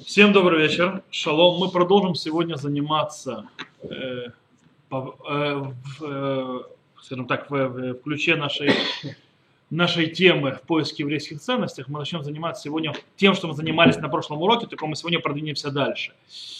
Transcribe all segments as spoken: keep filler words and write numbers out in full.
Всем добрый вечер. Шалом. Мы продолжим сегодня заниматься э, по, э, в, э, скажем так, в, в ключе нашей, нашей темы в поиске еврейских ценностей. Мы начнем заниматься сегодня тем, что мы занимались на прошлом уроке, только мы сегодня продвинемся дальше.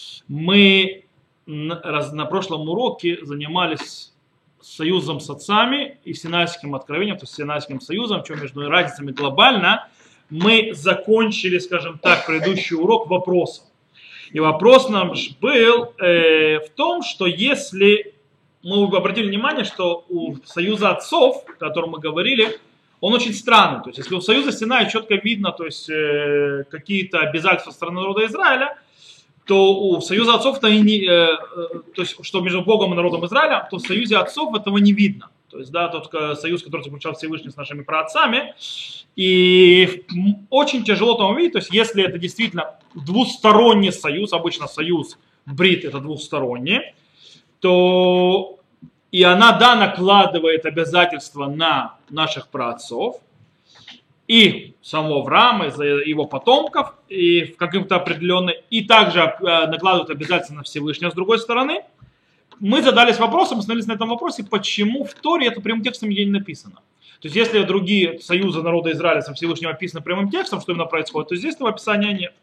Мы на, раз, на прошлом уроке занимались союзом с отцами и Синайским откровением, то есть Синайским союзом, в чем между разницами глобально. Мы закончили, скажем так, предыдущий урок вопросом. И вопрос наш был э, в том, что если мы обратили внимание, что у союза отцов, о котором мы говорили, он очень странный. То есть если у союза Синай четко видно, то есть э, какие-то обязательства со стороны народа Израиля, то у союза отцов, то, не, э, то есть что между Богом и народом Израиля, то в союзе отцов этого не видно. То есть, да, тот союз, который заключал Всевышний с нашими праотцами. И очень тяжело там увидеть, то есть, если это действительно двусторонний союз, обычно союз брит это двусторонний, то и она, да, накладывает обязательства на наших праотцов, и самого Авраама, и его потомков, и в каком-то определенном, и также накладывает обязательства на Всевышнего с другой стороны. Мы задались вопросом, остановились на этом вопросе, почему в Торе это прямым текстом нигде не написано. То есть, если другие союзы народа Израиля со Всевышним описаны прямым текстом, что именно происходит, то здесь этого описания нет.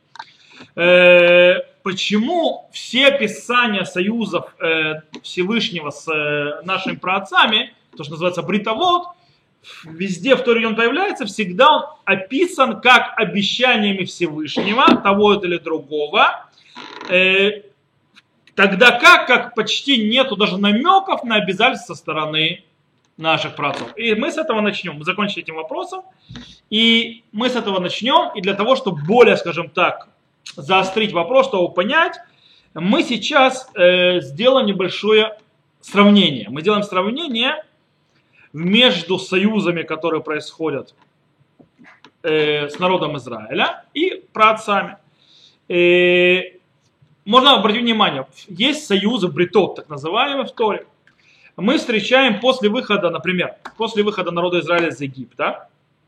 Э, почему все описания союзов э, Всевышнего с э, нашими праотцами, то, что называется бритовод, везде в Торе он появляется, всегда он описан как обещаниями Всевышнего, того или другого, э, тогда как, как почти нету даже намеков на обязательства со стороны наших праотцов. И мы с этого начнем. Мы закончили этим вопросом. И мы с этого начнем. И для того, чтобы более, скажем так, заострить вопрос, чтобы понять, мы сейчас э, сделаем небольшое сравнение. Мы делаем сравнение между союзами, которые происходят э, с народом Израиля и праотцами. Э, Можно обратить внимание, есть союзы бритот, так называемые в Торе. Мы встречаем после выхода, например, после выхода народа Израиля из Египта,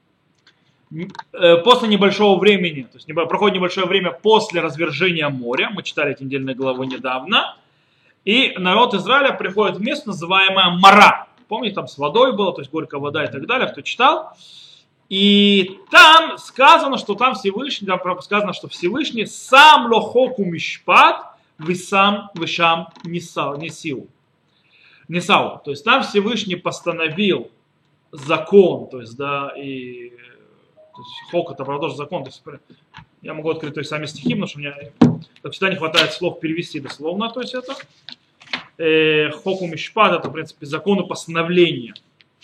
после небольшого времени, то есть проходит небольшое время после развержения моря, мы читали эти недельные главы недавно, и народ Израиля приходит в место, называемое Мара. Помните, там с водой было, то есть горькая вода и так далее, кто читал. И там сказано, что там Всевышний, там сказано, что Всевышний сам лохоку мишпат, вы сам вышам несил. Несау. То есть там Всевышний постановил закон, то есть, да, и то есть, хок это правда тоже закон. То есть, я могу открыть, то есть, сами стихи, потому что у меня, как всегда, не хватает слов перевести дословно, то есть это. Э, хоку мишпат это, в принципе, закон и постановление.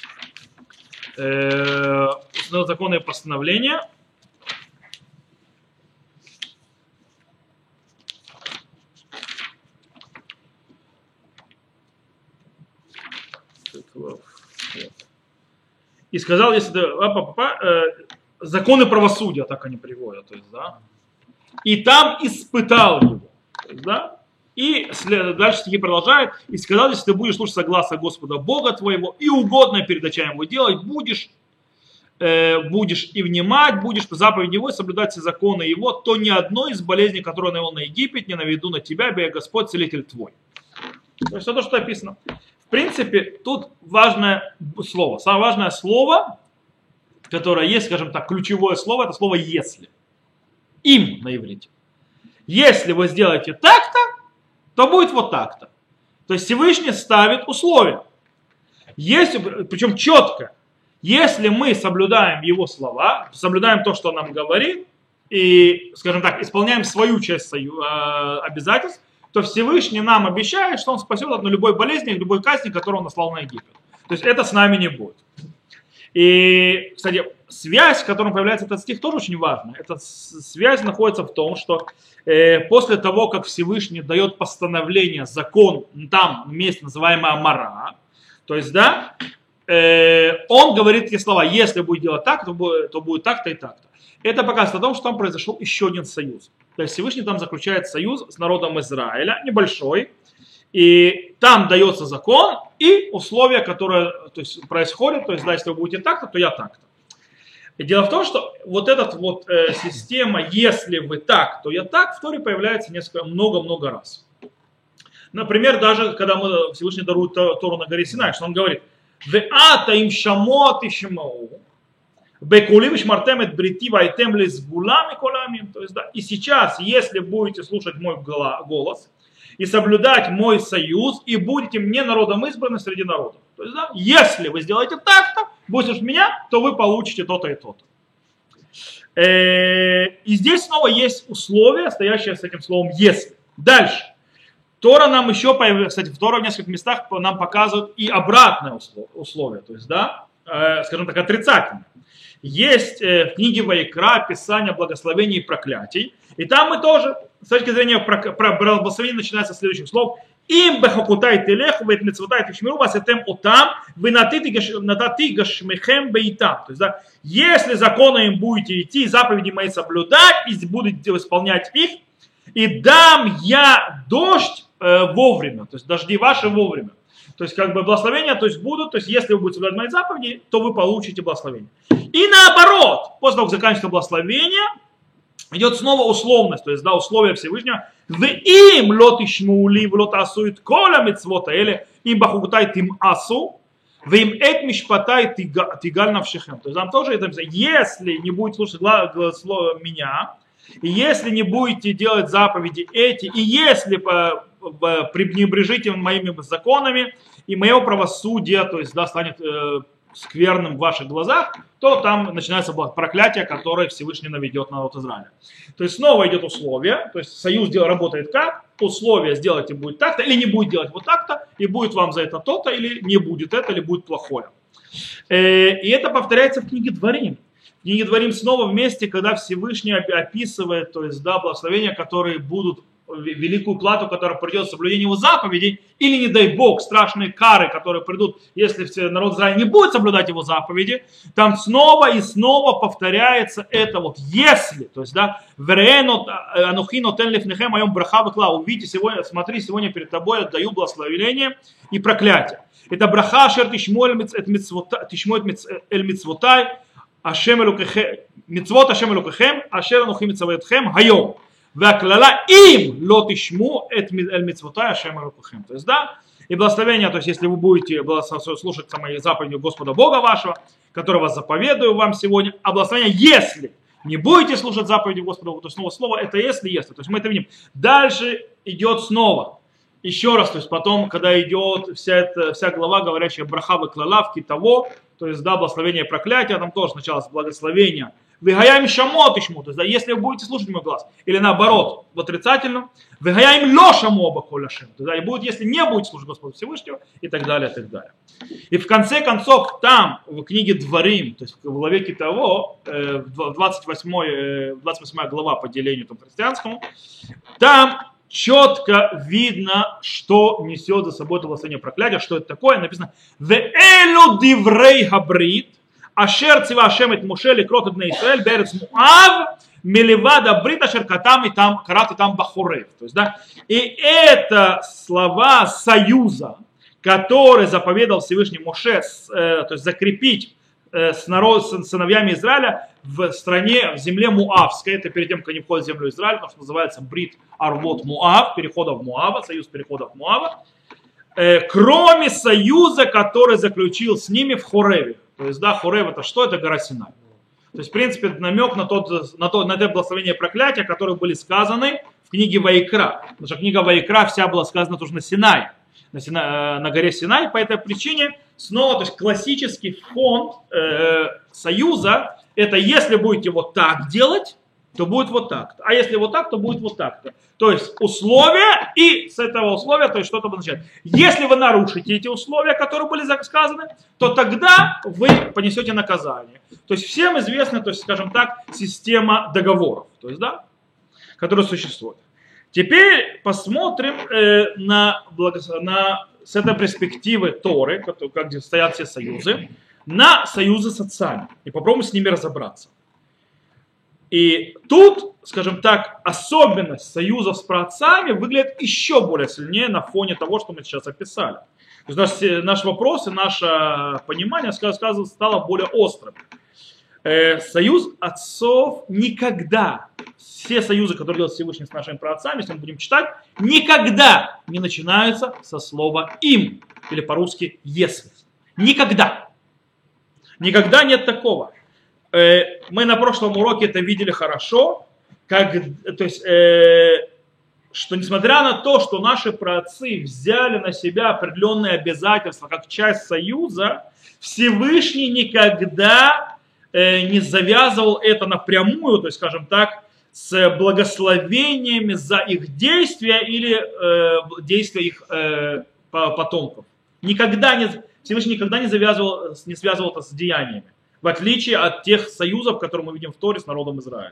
Э, законы и постановления. И сказал, если э, законы правосудия, так они приводят, то есть, да, и там испытал его, то есть, да, и след, дальше стихи продолжают, и сказал, если ты будешь слушаться гласа Господа Бога твоего, и угодно перед очами его делать, будешь, э, будешь и внимать, будешь по заповеди его, и соблюдать все законы его, то ни одной из болезней, которые он навел на Египет, не наведу на тебя, ибо я Господь, целитель твой. То есть, это то, что написано. В принципе, тут важное слово. Самое важное слово, которое есть, скажем так, ключевое слово, это слово «если». Им на иврите. Если вы сделаете так-то, то будет вот так-то. То есть Всевышний ставит условия. Если, причем четко. Если мы соблюдаем его слова, соблюдаем то, что он нам говорит, и, скажем так, исполняем свою часть обязательств, то Всевышний нам обещает, что он спасет от любой болезни, любой казни, которую он наслал на Египет. То есть это с нами не будет. И, кстати, связь, в которой появляется этот стих, тоже очень важна. Эта связь находится в том, что э, после того, как Всевышний дает постановление, закон, там место называемое Мара, то есть, да, э, он говорит эти слова, если будет делать так, то будет, то будет так-то и так-то. Это показывает о том, что там произошел еще один союз. То есть Всевышний там заключает союз с народом Израиля, небольшой, и там дается закон и условия, которые то есть, происходят, то есть, да, если вы будете так-то, то я так-то. И дело в том, что вот эта вот э, система, если вы так, то я так, в Торе появляется несколько, много-много раз. Например, даже когда мы Всевышний дарует Тору на горе Синай, что он говорит, «Веата им шамот и шамау, бекули вишмартем эт брити вайтем лизгулами колами». То есть, да, и сейчас, если будете слушать мой голос и соблюдать мой союз, и будете мне народом избраны среди народов. То есть, да, если вы сделаете так-то, будете слушать меня, то вы получите то-то и то-то. И здесь снова есть условие, стоящее с этим словом «если». Дальше. Тора нам еще, кстати, в Торе в нескольких местах нам показывают и обратное условие, то есть, да, скажем так, отрицательное. Есть в книге Ваикра описание благословений и проклятий, и там мы тоже, с точки зрения благословения, начинается с следующих слов. Им бехакутай телеху, вет мецвотай тишмиру, васетем отам, вы натати гашмехем бейтам. То есть, да, если законы им будете идти, заповеди мои соблюдать, и будете исполнять их, и дам я дождь э, вовремя, то есть дожди ваши вовремя. То есть как бы благословения, то есть будут, то есть если вы будете соблюдать мои заповеди, то вы получите благословение. И наоборот, после того, как заканчивается благословение, идет снова условность, то есть да, условие Всевышнего. В им лот ишмули, в лот асует кола митцвота, или им бахугутай тим асу, в им эт мишпатай тигаль навшихем. То есть там тоже это, если не будете слушать слово меня, и если не будете делать заповеди эти, и если пренебрежите моими законами, и мое правосудие, то есть да, станет э, скверным в ваших глазах, то там начинается проклятие, которое Всевышний наведет на народ Израиля. То есть снова идет условие, то есть союз работает как? Условие сделайте будет так-то, или не будет делать вот так-то, и будет вам за это то-то, или не будет это, или будет плохое. Э, и это повторяется в книге Дворим. В книге Дворим снова вместе, когда Всевышний описывает, то есть, да, благословения, которые будут, великую плату, которая придет в соблюдение его заповедей, или, не дай Бог, страшные кары, которые придут, если народ Израиля не будет соблюдать его заповеди, там снова и снова повторяется это вот «если», то есть, да, увидите сегодня, смотри, сегодня перед тобой отдаю благословение и проклятие. Это браха, шер тишмо эль мицвотай, Ашем элокехем, мицвот Ашем элокехем, ашер анухи мицавоэтхем хайом. Ваклала им лот ишму эт эль мицвотай Ашем элокехем. То есть, да, и благословение, то есть, если вы будете слушать мои заповеди Господа Бога вашего, который вас заповедую вам сегодня, а благословение, если не будете слушать заповеди Господа Бога, то снова слово это если, если. То есть, мы это видим. Дальше идет снова. Еще раз, то есть потом, когда идет вся, эта, вся глава, говорящая браха веклалавки того, то есть, да, благословение и проклятие, там тоже сначала с благословения. Вегаяем шамо тишму, то есть, да, если вы будете слушать мой глаз, или наоборот, в отрицательном, вегаяем ло шамо баколяшем, то есть, да, и будет, если не будете слушать Господа Всевышнего, и так далее, и так далее. И в конце концов, там, в книге Дворим, то есть в главе Китово, э, двадцать восьмая глава по делению там, христианскому, там четко видно, что несет за собой это благословение проклятия, что это такое. Написано «Веэлу диврей хабрит, ашер цива ашем эт Моше лекрот эт бней Исраэль берец Муав, меливада брит ашер катам и там карат и там бахурев». То есть, да, и это слова союза, который заповедал Всевышний Моше, э, то есть закрепить э, с, народ, с сыновьями Израиля в стране, в земле Муавской. Это перед тем, как они входят в землю Израиля, потому что называется Брит Арвот Муав, переходов Муава, союз переходов Муава. Э, кроме союза, который заключил с ними в Хореве. То есть, да, Хорев это что? Это гора Синай. То есть, в принципе, намек на, тот, на, то, на это благословение и проклятия, которые были сказаны в книге Ваикра. Потому что книга Ваикра вся была сказана тоже на Синае. На, Сина, на горе Синай. По этой причине снова, то есть классический фонд э, союза, это если будете вот так делать, то будет вот так. А если вот так, то будет вот так. То есть условия, и с этого условия, то есть что-то обозначает. Если вы нарушите эти условия, которые были сказаны, то тогда вы понесете наказание. То есть всем известна, то есть, скажем так, система договоров, то есть, да, которая существует. Теперь посмотрим э, на, на, с этой перспективы Торы, как, где стоят все союзы, на союзы с отцами. И попробуем с ними разобраться. И тут, скажем так, особенность союзов с праотцами выглядит еще более сильнее на фоне того, что мы сейчас описали. То есть наш, наш вопрос и наше понимание стало более острым. Э, союз отцов никогда, все союзы, которые делает Всевышний с нашими праотцами, если мы будем читать, никогда не начинаются со слова «им», или по-русски «если». Никогда. Никогда нет такого. Э, мы на прошлом уроке это видели хорошо, как, то есть, э, что несмотря на то, что наши праотцы взяли на себя определенные обязательства как часть союза, Всевышний никогда э, не завязывал это напрямую, то есть, скажем так, с благословениями за их действия или э, действия их э, потомков. Никогда не, Всевышний никогда не, завязывал, не связывал это с деяниями, в отличие от тех союзов, которые мы видим в Торе с народом Израиля.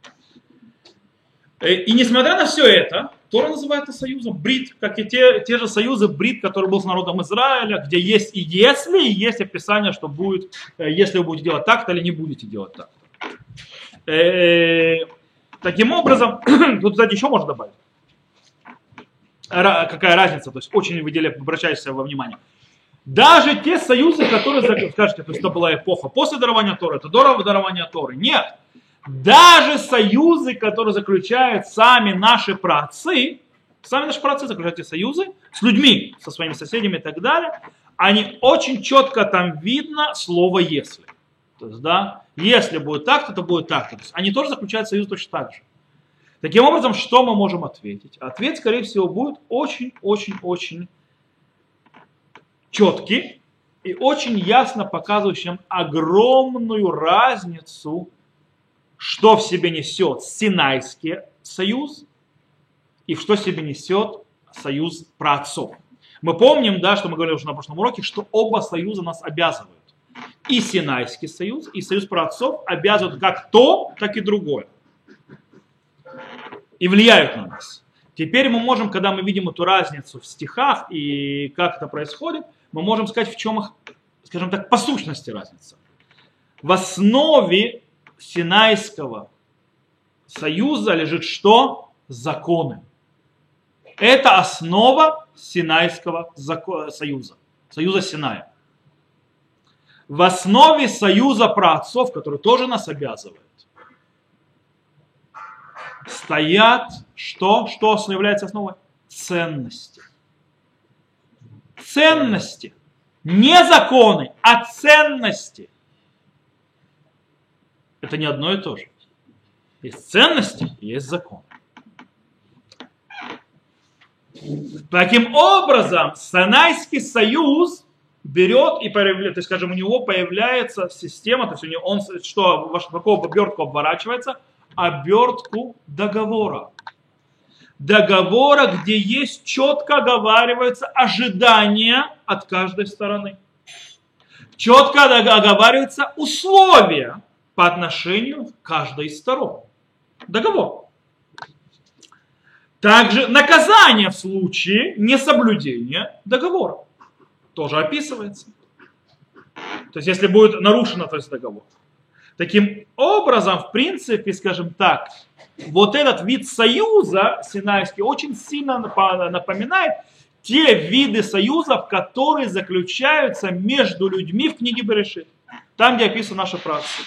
И несмотря на все это, Тора называет это союзом брит, как и те, те же союзы брит, который был с народом Израиля, где есть и если, и есть описание, что будет, если вы будете делать так-то или не будете делать так-то. Таким образом, тут, кстати, еще можно добавить. Какая разница, то есть очень выделяю, обращайся во внимание. Даже те союзы, которые, скажете, то есть это была эпоха после дарования Торы, это до дарования Торы. Нет. Даже союзы, которые заключают сами наши праотцы, сами наши праотцы заключают эти союзы с людьми, со своими соседями и так далее, они очень четко там видно слово «если». То есть, да, если будет так-то, то будет так-то. То есть, они тоже заключают союз точно так же. Таким образом, что мы можем ответить? Ответ, скорее всего, будет очень-очень-очень четкий и очень ясно показывающим огромную разницу, что в себе несет Синайский союз и что в себе несет союз праотцов. Мы помним, да, что мы говорили уже на прошлом уроке, что оба союза нас обязывают. И Синайский союз, и союз праотцов обязывают как то, так и другое. И влияют на нас. Теперь мы можем, когда мы видим эту разницу в стихах и как это происходит, мы можем сказать, в чем их, скажем так, по сущности разница. В основе Синайского союза лежит что? Законы. Это основа Синайского союза. Союза Синая. В основе союза праотцов, который тоже нас обязывает, стоят что? Что является основой? Ценности. Ценности. Не законы, а ценности. Это не одно и то же. Есть ценности, есть закон. Таким образом, Синайский союз берет и появляется, то есть, скажем, у него появляется система, то есть у него он что, в какую обертку обворачивается? Обертку договора. Договора, где есть четко оговариваются ожидания от каждой стороны. Четко оговариваются условия по отношению к каждой из сторон. Договор. Также наказание в случае несоблюдения договора тоже описывается. То есть, если будет нарушено, то есть договор. Таким образом, в принципе, скажем так, вот этот вид союза синайский очень сильно напоминает те виды союзов, которые заключаются между людьми в книге Берешит. Там, где описаны наши праотцы.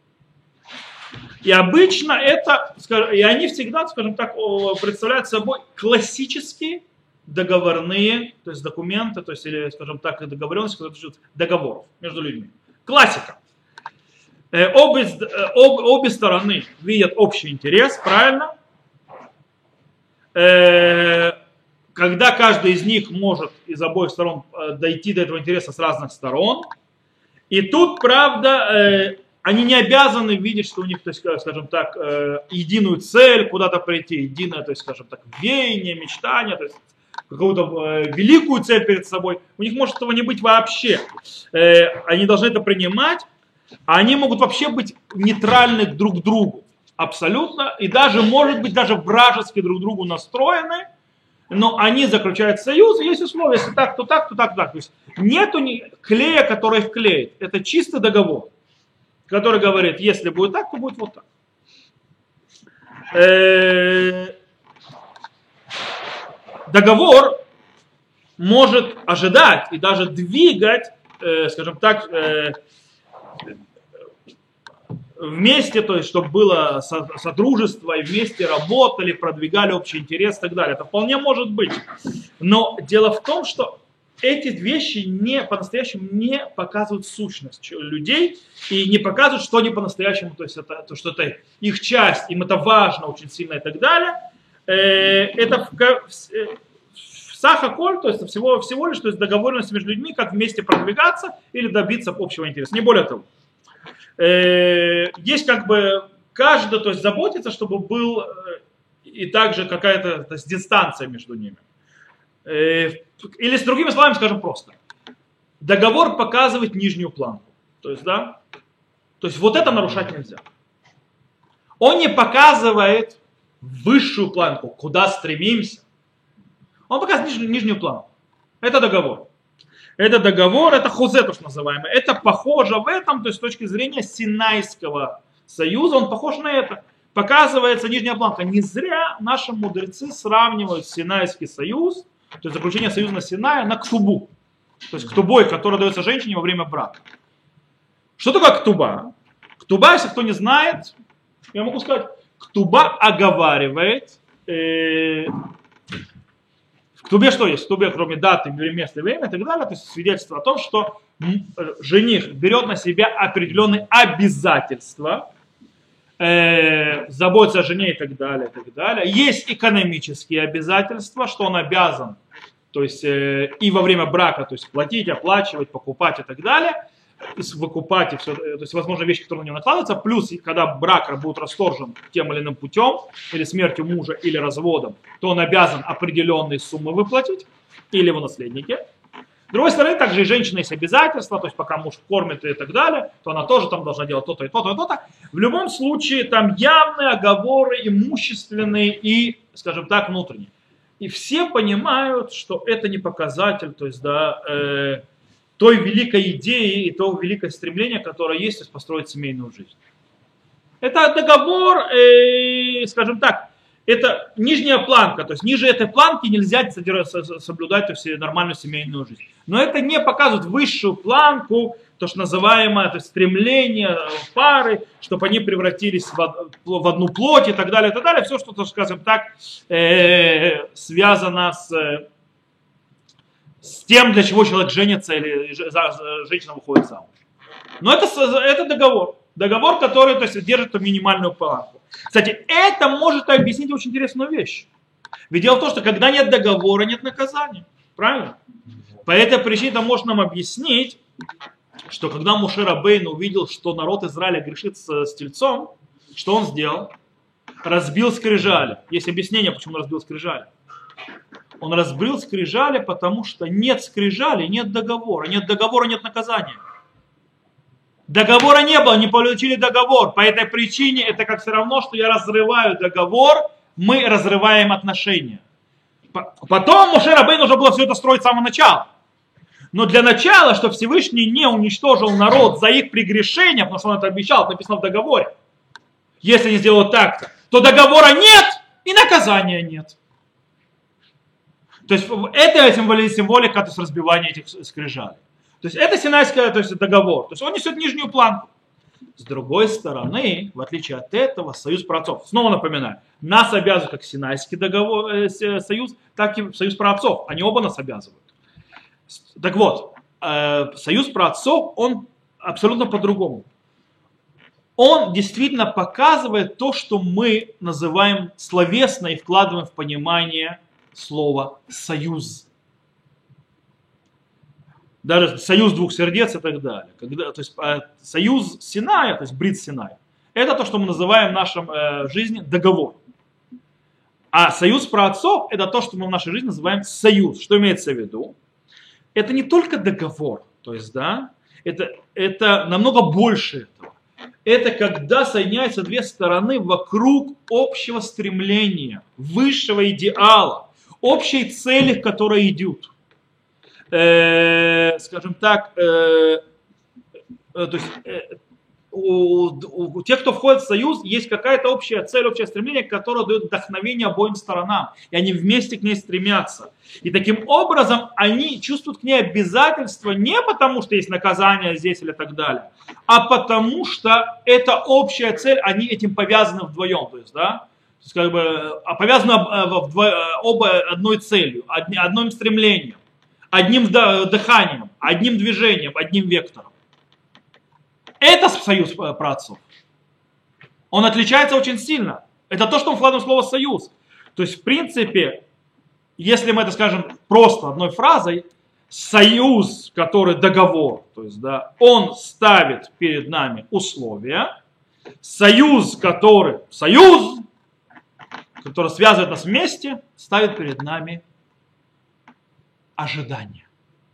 И обычно это, и они всегда, скажем так, представляют собой классические договорные, то есть документы, то есть, или, скажем так, договоренности, которые договоров между людьми. Классика. Обе, об, обе стороны видят общий интерес, правильно? Когда каждый из них может из обоих сторон дойти до этого интереса с разных сторон. И тут, правда, они не обязаны видеть, что у них, то есть, скажем так, единую цель, куда-то прийти, единое, то есть, скажем так, веяние, мечтание, то есть какую-то великую цель перед собой. У них может этого не быть вообще. Они должны это принимать, а они могут вообще быть нейтральны друг к другу. Абсолютно. И даже, может быть, даже вражески друг к другу настроены, но они заключают союз, и есть условия, если так, то так, то так, то так. То есть нету клея, который вклеит. Это чистый договор, который говорит, если будет так, то будет вот так. Договор может ожидать и даже двигать, скажем так, вместе, то есть, чтобы было содружество, и вместе работали, продвигали общий интерес и так далее. Это вполне может быть. Но дело в том, что эти вещи не, по-настоящему не показывают сущность людей и не показывают, что они по-настоящему, то есть, это, то, что это их часть, им это важно очень сильно и так далее. Это сахаколь, то есть всего, всего лишь то есть договоренность между людьми, как вместе продвигаться или добиться общего интереса. Не более того. Есть как бы каждый, то есть заботится, чтобы был и также какая-то то есть, дистанция между ними. Или с другими словами скажем просто. Договор показывает нижнюю планку. То есть, да, то есть вот это нарушать нельзя. Он не показывает высшую планку, куда стремимся. Он показывает нижнюю, нижнюю планку. Это договор. Это договор, это хозе, то, что называемое. Это похоже в этом, то есть с точки зрения Синайского союза, он похож на это. Показывается нижняя планка. Не зря наши мудрецы сравнивают Синайский союз, то есть заключение союза на Синае, на ктубу. То есть ктубой, который дается женщине во время брака. Что такое ктуба? Ктуба, если кто не знает, я могу сказать, ктуба оговаривает. Э, в ктубе что есть? В ктубе, кроме даты, места, время и так далее, то есть свидетельство о том, что жених берет на себя определенные обязательства, э, заботиться о жене и так далее, и так далее. Есть экономические обязательства, что он обязан, то есть э, и во время брака, то есть платить, оплачивать, покупать и так далее, выкупать и все, то есть возможно вещи, которые на него накладываются, плюс когда брак будет расторжен тем или иным путем, или смертью мужа, или разводом, то он обязан определенные суммы выплатить, или его наследники. С другой стороны, также и женщина есть обязательства, то есть пока муж кормит и так далее, то она тоже там должна делать то-то и то-то и то-то. В любом случае там явные оговоры имущественные и, скажем так, внутренние. И все понимают, что это не показатель, то есть, да, э, той великой идеи и того великого стремления, которое есть, то есть построить семейную жизнь. Это договор, э, скажем так, это нижняя планка, то есть ниже этой планки нельзя соблюдать то есть, нормальную семейную жизнь. Но это не показывает высшую планку, то, что называемое то есть, стремление пары, чтобы они превратились в, в одну плоть и так далее, и так далее. Все, что, скажем так, э, связано с, с тем, для чего человек женится или женщина выходит замуж. Но это, это договор. Договор, который то есть, держит минимальную планку. Кстати, это может объяснить очень интересную вещь. Ведь дело в том, что когда нет договора, нет наказания. Правильно? По этой причине это может нам объяснить, что когда Моше Рабейну увидел, что народ Израиля грешит с, с тельцом, что он сделал? Разбил скрижали. Есть объяснение, почему он разбил скрижали. Он разбил скрижали, потому что нет скрижали, нет договора. Нет договора, нет наказания. Договора не было, не получили договор. По этой причине это как все равно, что я разрываю договор, мы разрываем отношения. Потом Моше Рабейну нужно было все это строить с самого начала. Но для начала, что Всевышний не уничтожил народ за их прегрешения, потому что он это обещал, это написано в договоре. Если они сделают так-то, то договора нет и наказания нет. То есть это символика, то есть разбивания этих скрижалей. То есть это Синайский то есть договор. То есть он несет нижнюю планку. С другой стороны, в отличие от этого, союз праотцов. Снова напоминаю, нас обязывают как Синайский договор, э, союз, так и союз праотцов. Они оба нас обязывают. Так вот, э, союз праотцов, он абсолютно по-другому. Он действительно показывает то, что мы называем словесно и вкладываем в понимание слова «союз». Даже союз двух сердец и так далее. Когда, то есть союз Синая, то есть брит Синая, это то, что мы называем в нашей э, жизни договор. А союз праотцов это то, что мы в нашей жизни называем союз. Что имеется в виду? Это не только договор, то есть, да, это, это намного больше этого. Это когда соединяются две стороны вокруг общего стремления, высшего идеала, общей цели, к которой идут. Э, скажем так, э, э, то есть, э, у, у тех, кто входит в союз, есть какая-то общая цель, общее стремление, которое дает вдохновение обоим сторонам. И они вместе к ней стремятся. И таким образом они чувствуют к ней обязательства не потому, что есть наказание здесь или так далее, а потому что это общая цель, они этим повязаны вдвоем. То есть, да, то есть, как бы, повязаны оба одной целью, одним стремлением, одним дыханием, одним движением, одним вектором. Это союз праотцов. Он отличается очень сильно. Это то, что мы вкладываем в слово «союз». То есть, в принципе, если мы это скажем просто одной фразой, союз, который договор, то есть, да, он ставит перед нами условия. Союз, который, союз, который связывает нас вместе, ставит перед нами ожидания.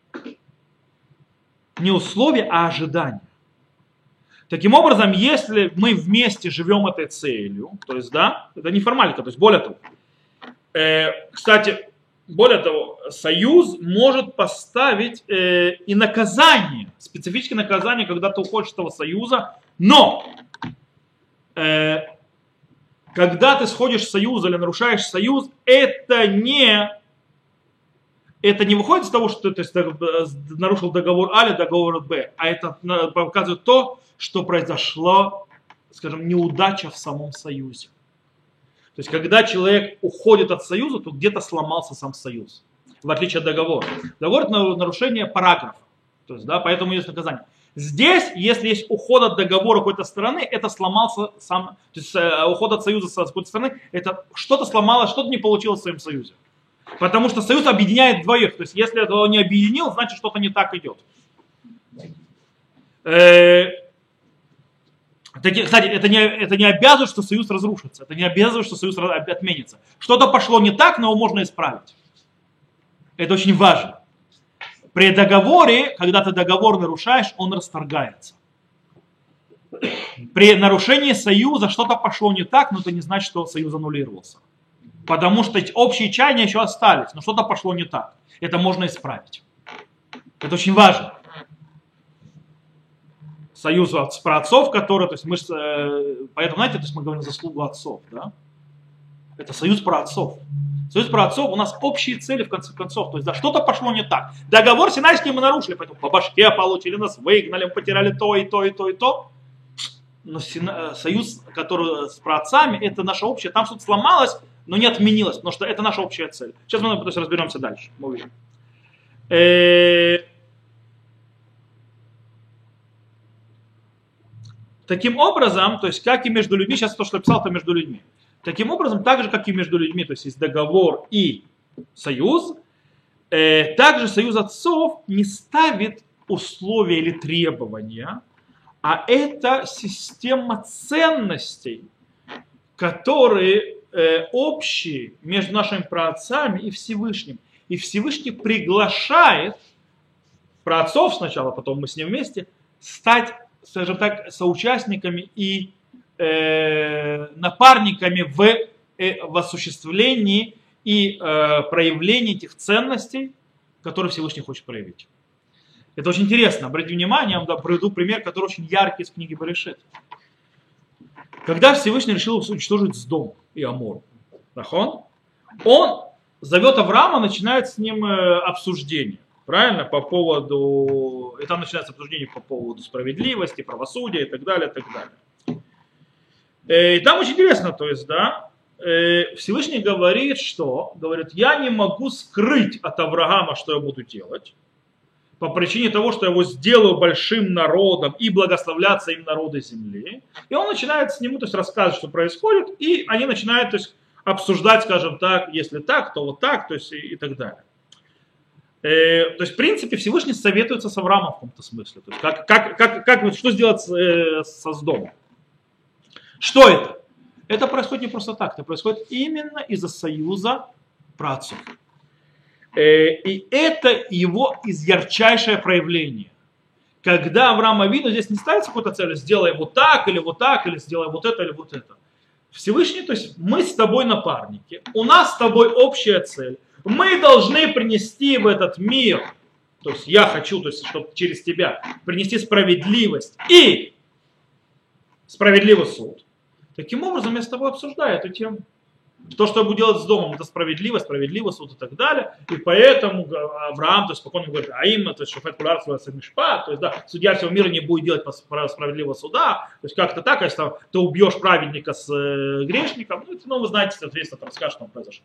Не условия, а ожидания. Таким образом, если мы вместе живем этой целью, то есть, да, это не формалька, то есть, более того, э, кстати, более того, союз может поставить э, и наказание, специфическое наказание, когда ты уходишь из этого союза, но э, когда ты сходишь с союза или нарушаешь союз, это не, это не выходит из того, что ты то есть, нарушил договор А или договор Б, а это показывает то, что произошла, скажем, неудача в самом союзе. То есть, когда человек уходит от союза, то где-то сломался сам союз, в отличие от договора. Договор – это нарушение параграфа, то есть, да, поэтому есть наказание. Здесь, если есть уход от договора какой-то стороны, это сломался сам, то есть, уход от союза с какой-то стороны, это что-то сломалось, что-то не получилось в своем союзе. Потому что союз объединяет двоих, то есть, если этого не объединил, значит, что-то не так идет. Таки, кстати, это не, это не обязывает, что союз разрушится. Это не обязывает, что союз отменится. Что-то пошло не так, но его можно исправить. Это очень важно. При договоре, когда ты договор нарушаешь, он расторгается. При нарушении союза что-то пошло не так, но это не значит, что союз аннулировался. Потому что общие чаяния еще остались, но что-то пошло не так. Это можно исправить. Это очень важно. Союз с праотцов, который, то есть мы, поэтому, знаете, то есть мы говорим заслугу отцов, да? Это союз праотцов. Союз праотцов, у нас общие цели в конце концов, то есть да, что-то пошло не так. Договор Синайский мы нарушили, поэтому по башке получили, нас выгнали, мы потеряли то и то и то и то. Но союз, который с праотцами, это наше общее, там что-то сломалось, но не отменилось, потому что это наша общая цель. Сейчас мы то есть, разберемся дальше, мы увидим. Таким образом, то есть как и между людьми, сейчас то, что я писал, то между людьми. Таким образом, так же, как и между людьми, то есть есть договор и союз, э, также союз отцов не ставит условия или требования, а это система ценностей, которые э, общие между нашими праотцами и Всевышним. И Всевышний приглашает праотцов сначала, потом мы с ним вместе, стать, скажем так, соучастниками и э, напарниками в, э, в осуществлении и э, проявлении этих ценностей, которые Всевышний хочет проявить. Это очень интересно. Обратите внимание, я вам да, приведу пример, который очень яркий из книги Берешит. Когда Всевышний решил уничтожить Сдом и Амор, он, он зовет Авраама, начинает с ним э, обсуждение. Правильно? По поводу... И там начинается обсуждение по поводу справедливости, правосудия и так далее, и так далее. И там очень интересно, то есть, да, Всевышний говорит, что? Говорит, я не могу скрыть от Авраама, что я буду делать, по причине того, что я его сделаю большим народом и благословляться им народы земли. И он начинает с ним, то есть, рассказывать, что происходит, и они начинают, то есть, обсуждать, скажем так, если так, то вот так, то есть, и, и так далее. То есть, в принципе, Всевышний советуется с Авраамом в каком-то смысле. То есть, как, как, как, как, что сделать со Сдомом? Что это? Это происходит не просто так. Это происходит именно из-за союза праотцов. И это его ярчайшее проявление. Когда Авраам Авину здесь не ставится какой-то цель, сделай вот так, или вот так, или сделай вот это, или вот это. Всевышний, то есть мы с тобой напарники, у нас с тобой общая цель. Мы должны принести в этот мир, то есть я хочу, то есть, чтобы через тебя принести справедливость и справедливый суд. Таким образом, я с тобой обсуждаю эту тему. То, что я буду делать с домом, это справедливо, справедливый суд и так далее. И поэтому Авраам, то есть спокойно говорит, а им, то есть шофет кулар мишпат, то есть да, судья всего мира не будет делать справедливого суда. То есть как-то так, если там, ты убьешь праведника с э, грешником, ну, ну вы знаете, соответственно, там расскажешь, что там произошло.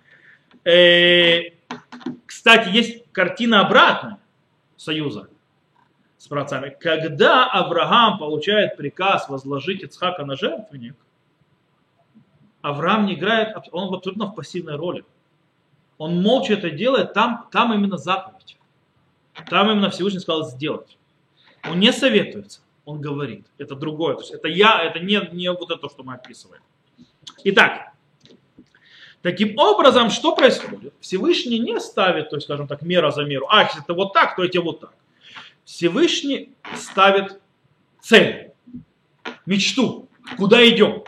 Э, кстати, есть картина обратная союза с праотцами. Когда Авраам получает приказ возложить Ицхака на жертвенник, Авраам не играет, он абсолютно в пассивной роли. Он молча это делает, там, там именно заповедь. Там именно Всевышний сказал сделать. Он не советуется, он говорит. Это другое. То есть это я, это не, не вот это, что мы описываем. Итак, таким образом, что происходит? Всевышний не ставит, то есть, скажем так, мера за меру. А, если это вот так, то это вот так. Всевышний ставит цель, мечту, куда идем.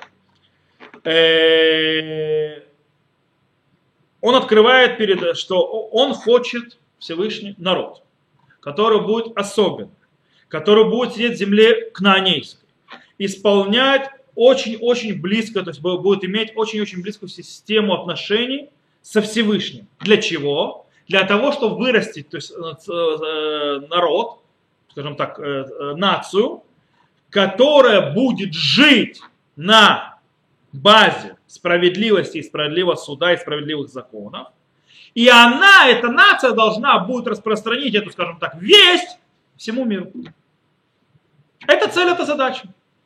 Он открывает перед, что он хочет Всевышний народ, который будет особенный, который будет сидеть в земле кнаанейской, исполнять очень-очень близко, то есть будет иметь очень-очень близкую систему отношений со Всевышним. Для чего? Для того, чтобы вырастить, то есть, народ, скажем так, нацию, которая будет жить на базе справедливости и справедливого суда и справедливых законов. И она, эта нация, должна будет распространить эту, скажем так, весть всему миру. Это цель, это задача.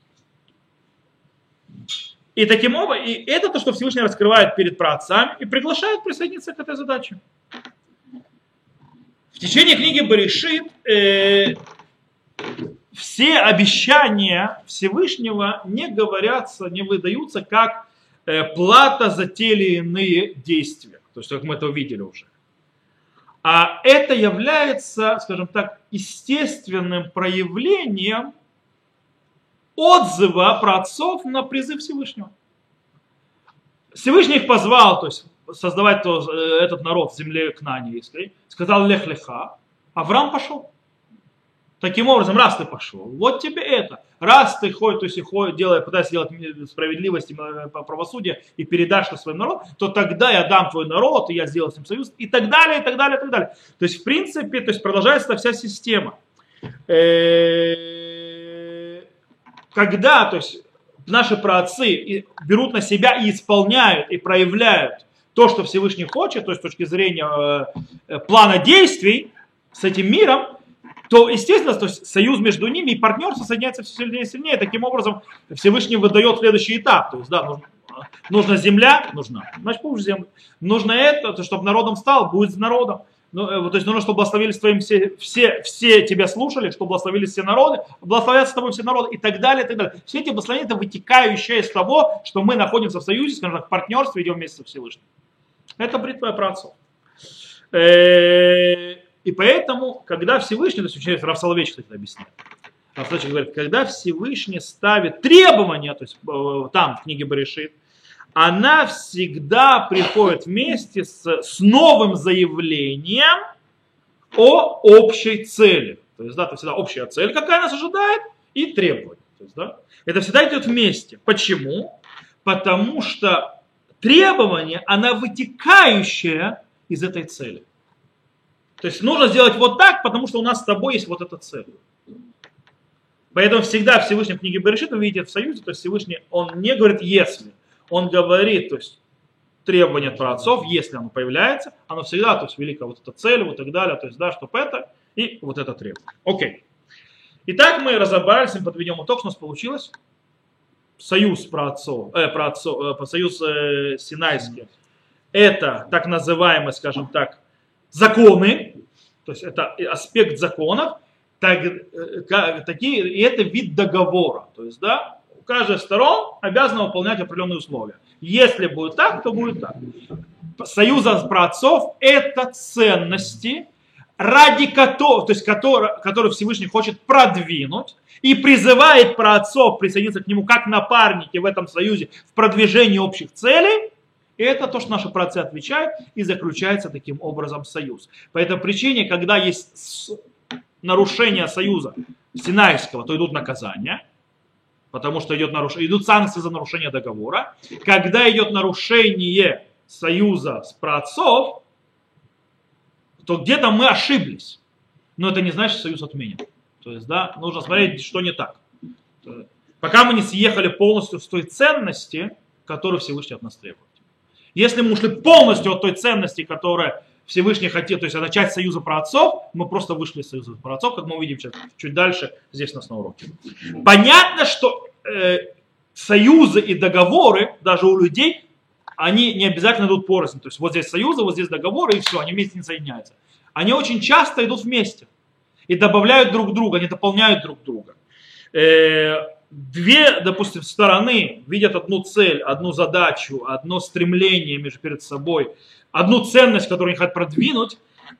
И таким образом, и это то, что Всевышний раскрывает перед праотцами и приглашает присоединиться к этой задаче. В течение книги Берешит э, все обещания Всевышнего не говорятся, не выдаются как э, плата за те или иные действия. То есть, как мы это увидели уже. А это является, скажем так, естественным проявлением отзыва праотцов на призыв Всевышнего. Всевышний их позвал, то есть создавать то, этот народ в земле кнаанейской, сказал лех леха, Авраам пошел. Таким образом, раз ты пошел, вот тебе это. Раз ты ходишь, то есть ходишь, делая, пытаешься делать справедливость и правосудие и передашь это своим народу, то тогда я дам твой народ, и я сделаю с ним союз, и так далее, и так далее, и так далее. То есть, в принципе, то есть продолжается эта вся система. Когда, то есть, наши праотцы берут на себя и исполняют, и проявляют то, что Всевышний хочет, то есть с точки зрения плана действий с этим миром, то, естественно, то есть союз между ними и партнерство соединяется все сильнее и сильнее. Таким образом, Всевышний выдает следующий этап. То есть, да, нужна, нужна земля, нужна, значит, пусть земля. Нужно это, то, чтобы народом стал, будет с народом. Ну, то есть, нужно, чтобы благословились твоим все, все, все тебя слушали, чтобы благословились все народы, благословятся с тобой все народы и так далее, и так далее. Все эти благословения, это вытекающее из того, что мы находимся в союзе, скажем так, в партнерстве, идем вместе со Всевышним. Это бритва праотцов. И поэтому, когда Всевышний, то есть Рав Соловейчик это объясняет, Рав Соловейчик говорит, когда Всевышний ставит требования, то есть там в книге Берешит, она всегда приходит вместе с, с новым заявлением о общей цели. То есть, да, это всегда общая цель, какая нас ожидает, и требования. То есть, да, это всегда идет вместе. Почему? Потому что требование, она вытекающая из этой цели. То есть нужно сделать вот так, потому что у нас с тобой есть вот эта цель. Поэтому всегда Всевышний в книге Берешит, вы видите в союзе, то есть Всевышний, он не говорит «если». Он говорит, то есть требование от праотцов, если оно появляется, оно всегда, то есть великая вот эта цель, вот так далее, то есть да, чтобы это, и вот это требование. Окей. Итак, мы разобрались, мы подведем итог, что у нас получилось. Союз праотцов, э, праотцов, э, союз э, Синайский. Это так называемые, скажем так, законы, то есть это аспект законов, так, такие, и это вид договора. То есть, да, каждая сторона обязана выполнять определенные условия. Если будет так, то будет так. Союз праотцов – это ценности, ради которых, то есть которые, которые Всевышний хочет продвинуть и призывает праотцов присоединиться к нему как напарники в этом союзе в продвижении общих целей. И это то, что наши праотцы отвечают, и заключается таким образом союз. По этой причине, когда есть нарушение союза Синайского, то идут наказания. потому что идет наруш... идут санкции за нарушение договора. Когда идет нарушение союза с праотцов, то где-то мы ошиблись. Но это не значит, что союз отменен. То есть, да, нужно смотреть, что не так. Пока мы не съехали полностью с той ценности, которую Всевышний от нас требует. Если мы ушли полностью от той ценности, которая Всевышний хотел, то есть начать союза праотцов, мы просто вышли из союза праотцов, как мы увидим сейчас чуть дальше здесь у нас на уроке. Понятно, что э, союзы и договоры даже у людей, они не обязательно идут порознь. То есть вот здесь союзы, вот здесь договоры, и все, они вместе не соединяются. Они очень часто идут вместе и добавляют друг друга, они дополняют друг друга. Э, две, допустим, стороны видят одну цель, одну задачу, одно стремление между перед собой, одну ценность, которую они хотят продвинуть,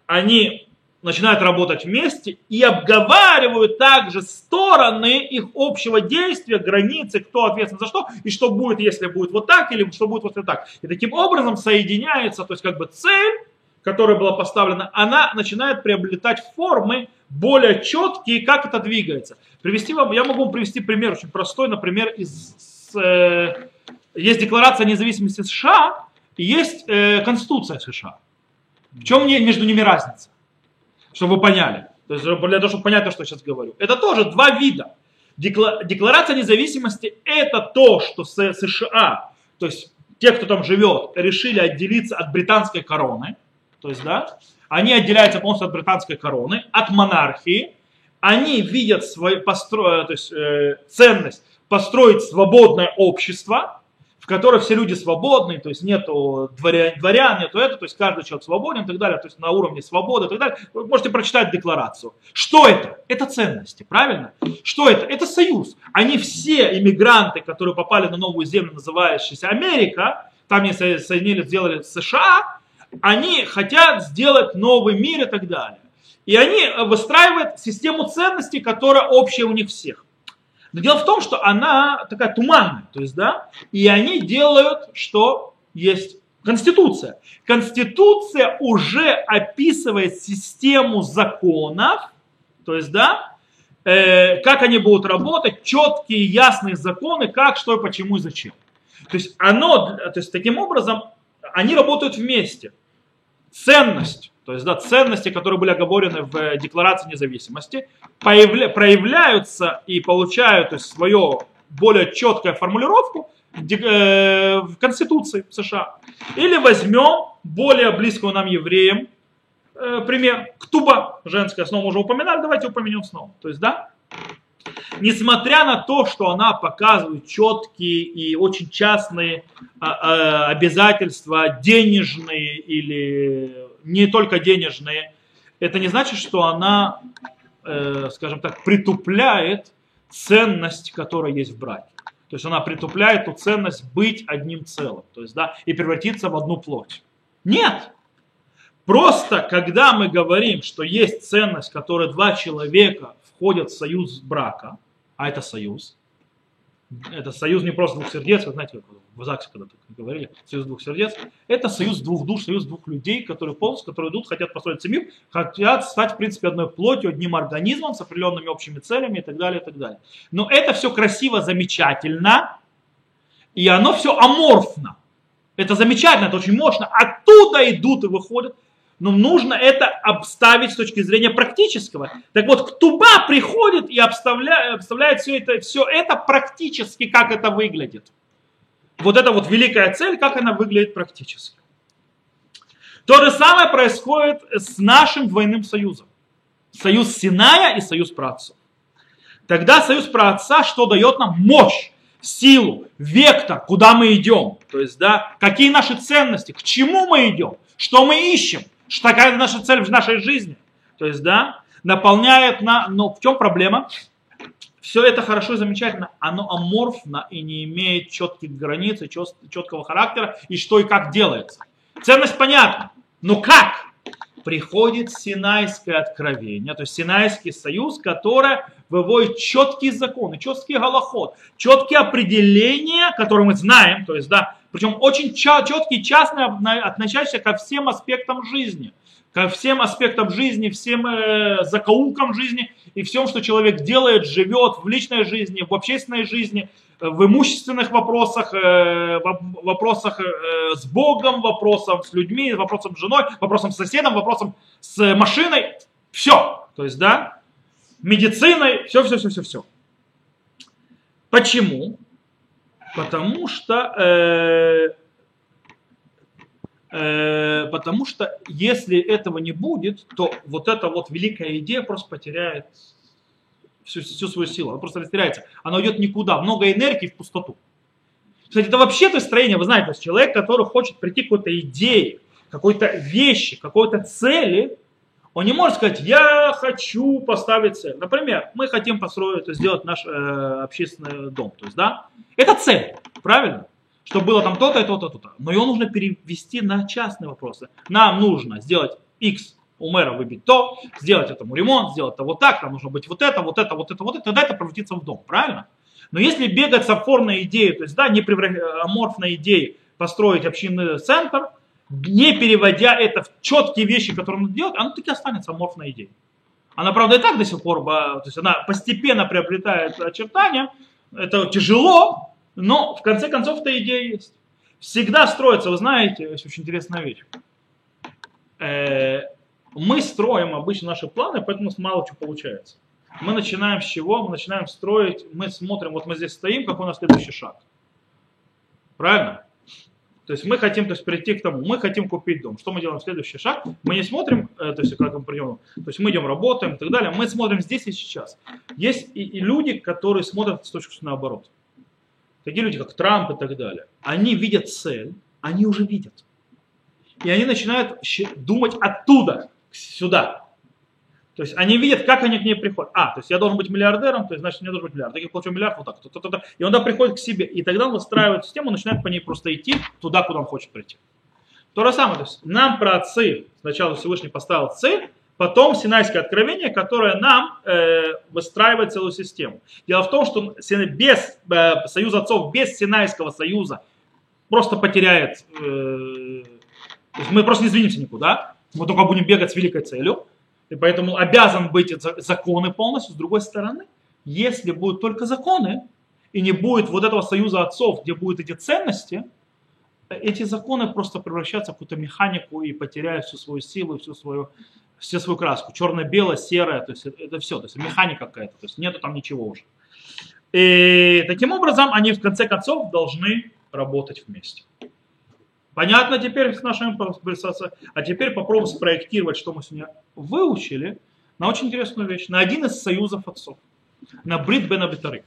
они начинают работать вместе и обговаривают также стороны их общего действия, границы, кто ответственен за что, и что будет, если будет вот так, или что будет вот так. И таким образом соединяется, то есть как бы цель, которая была поставлена, она начинает приобретать формы более четкие, как это двигается. Привести вам, я могу вам привести пример очень простой, например, из, с, э, есть Декларация о независимости США, и есть э, Конституция США. В чем между ними разница? Чтобы вы поняли. То есть для того, чтобы понять то, что я сейчас говорю. Это тоже два вида. Декларация независимости – это то, что США, то есть те, кто там живет, решили отделиться от британской короны. То есть, да, они отделяются полностью от британской короны, от монархии. Они видят свою постро... то есть, э, ценность построить свободное общество, в которой все люди свободны, то есть нету дворян, дворян, нету это, то есть каждый человек свободен и так далее, то есть на уровне свободы и так далее. Вы можете прочитать декларацию. Что это? Это ценности, правильно? Что это? Это союз. Они все иммигранты, которые попали на новую землю, называющуюся Америка, там они соединили, сделали США, они хотят сделать новый мир и так далее. И они выстраивают систему ценностей, которая общая у них всех. Но дело в том, что она такая туманная, то есть, да, и они делают, что есть Конституция. Конституция уже описывает систему законов, то есть, да, э, как они будут работать, четкие, ясные законы, как, что, почему и зачем. То есть, оно, то есть, таким образом, они работают вместе. Ценность. То есть, да, ценности, которые были оговорены в Декларации независимости, появля, проявляются и получают, то есть, свою более четкую формулировку в, э, в Конституции США. Или возьмем более близкую нам евреям э, пример. Ктуба, женская, снова уже упоминали, давайте упомянем снова. То есть, да, несмотря на то, что она показывает четкие и очень частные э, э, обязательства, денежные или не только денежные, это не значит, что она, э, скажем так, притупляет ценность, которая есть в браке. То есть она притупляет ту ценность быть одним целым, то есть, да, и превратиться в одну плоть. Нет! Просто когда мы говорим, что есть ценность, которой два человека входят в союз брака, а это союз, это союз не просто двух сердец, вы знаете, как в ЗАГСе когда-то говорили, союз двух сердец, это союз двух душ, союз двух людей, которые полностью, которые идут, хотят построить семью, хотят стать, в принципе, одной плотью, одним организмом с определенными общими целями и так далее, и так далее. Но это все красиво, замечательно, и оно все аморфно. Это замечательно, это очень мощно. Оттуда идут и выходят. Но нужно это обставить с точки зрения практического. Так вот, Ктуба приходит и обставляет, обставляет все, это, все это практически, как это выглядит. Вот это вот великая цель, как она выглядит практически. То же самое происходит с нашим двойным союзом. Союз Синая и союз праотцов. Тогда союз праотца что дает нам? Мощь, силу, вектор, куда мы идем. То есть, да, какие наши ценности, к чему мы идем, что мы ищем. Что такая наша цель в нашей жизни. То есть, да, наполняет на... Но в чем проблема? Все это хорошо и замечательно. Оно аморфно и не имеет четких границ и четкого характера. И что и как делается. Ценность понятна. Но как? Приходит Синайское откровение. То есть Синайский союз, который выводит четкие законы, четкий галахот, четкие определения, которые мы знаем. То есть, да, Причем очень четкий, частный, относящийся ко всем аспектам жизни. Ко всем аспектам жизни, всем э, закоулкам жизни и всем, что человек делает, живет в личной жизни, в общественной жизни, в имущественных вопросах, э, в вопросах э, с Богом, вопросах с людьми, вопросом с женой, вопросом с соседом, вопросом с машиной. Все. То есть, да, медициной, все, все, все, все, все. Почему? Потому что, э, э, потому что если этого не будет, то вот эта вот великая идея просто потеряет всю, всю свою силу. Она просто растеряется. Она уйдет никуда. Много энергии в пустоту. Кстати, это вообще-то строение, вы знаете, человек, который хочет прийти к какой-то идее, какой-то вещи, какой-то цели, он не может сказать, я хочу поставить цель. Например, мы хотим построить, сделать наш э, общественный дом. То есть, да, это цель, правильно? Чтобы было там то-то и то-то, то-то. Но его нужно перевести на частные вопросы. Нам нужно сделать X, у мэра выбить то, сделать этому ремонт, сделать это вот так, там нужно быть вот это, вот это, вот это, вот это, тогда это превратится в дом, правильно? Но если бегать с аморфной идеей, то есть, да, не превращать аморфной идеей построить общинный центр, не переводя это в четкие вещи, которые надо делать, оно таки останется аморфной идеей. Она, правда, и так до сих пор, то есть она постепенно приобретает очертания, это тяжело, но в конце концов эта идея есть. Всегда строится, вы знаете, есть очень интересная вещь. Мы строим обычно наши планы, поэтому у нас мало чего получается. Мы начинаем с чего? Мы начинаем строить, мы смотрим, вот мы здесь стоим, какой у нас следующий шаг. Правильно? То есть мы хотим, то есть, прийти к тому, мы хотим купить дом. Что мы делаем в следующий шаг? Мы не смотрим, то есть как мы придем, то есть мы идем, работаем и так далее. Мы смотрим здесь и сейчас. Есть и, и люди, которые смотрят с точки зрения наоборот. Такие люди, как Трамп и так далее. Они видят цель, они уже видят. И они начинают думать оттуда, сюда. То есть они видят, как они к ней приходят. А, то есть я должен быть миллиардером, то есть значит мне должен быть миллиард. Так я получу миллиард, вот так. То, то, то, то. И он да, приходит к себе. И тогда он выстраивает систему, начинает по ней просто идти туда, куда он хочет прийти. То же самое. То есть нам про цель, сначала Всевышний поставил цель, потом Синайское откровение, которое нам э, выстраивает целую систему. Дело в том, что без э, союза отцов, без Синайского союза просто потеряет... Э, мы просто не сдвинемся никуда. Мы только будем бегать с великой целью. И поэтому обязан быть законы полностью. С другой стороны, если будут только законы, и не будет вот этого союза отцов, где будут эти ценности, эти законы просто превращаются в какую-то механику и потеряют всю свою силу, всю свою, всю свою краску. Черно-белое, серое, то есть это все, то есть механика какая-то, то есть нету там ничего уже. И таким образом они в конце концов должны работать вместе. Понятно теперь с нашими конверсацией? А теперь попробуем спроектировать, что мы сегодня выучили, на очень интересную вещь. На один из союзов отцов. На Брит бен Абитарим.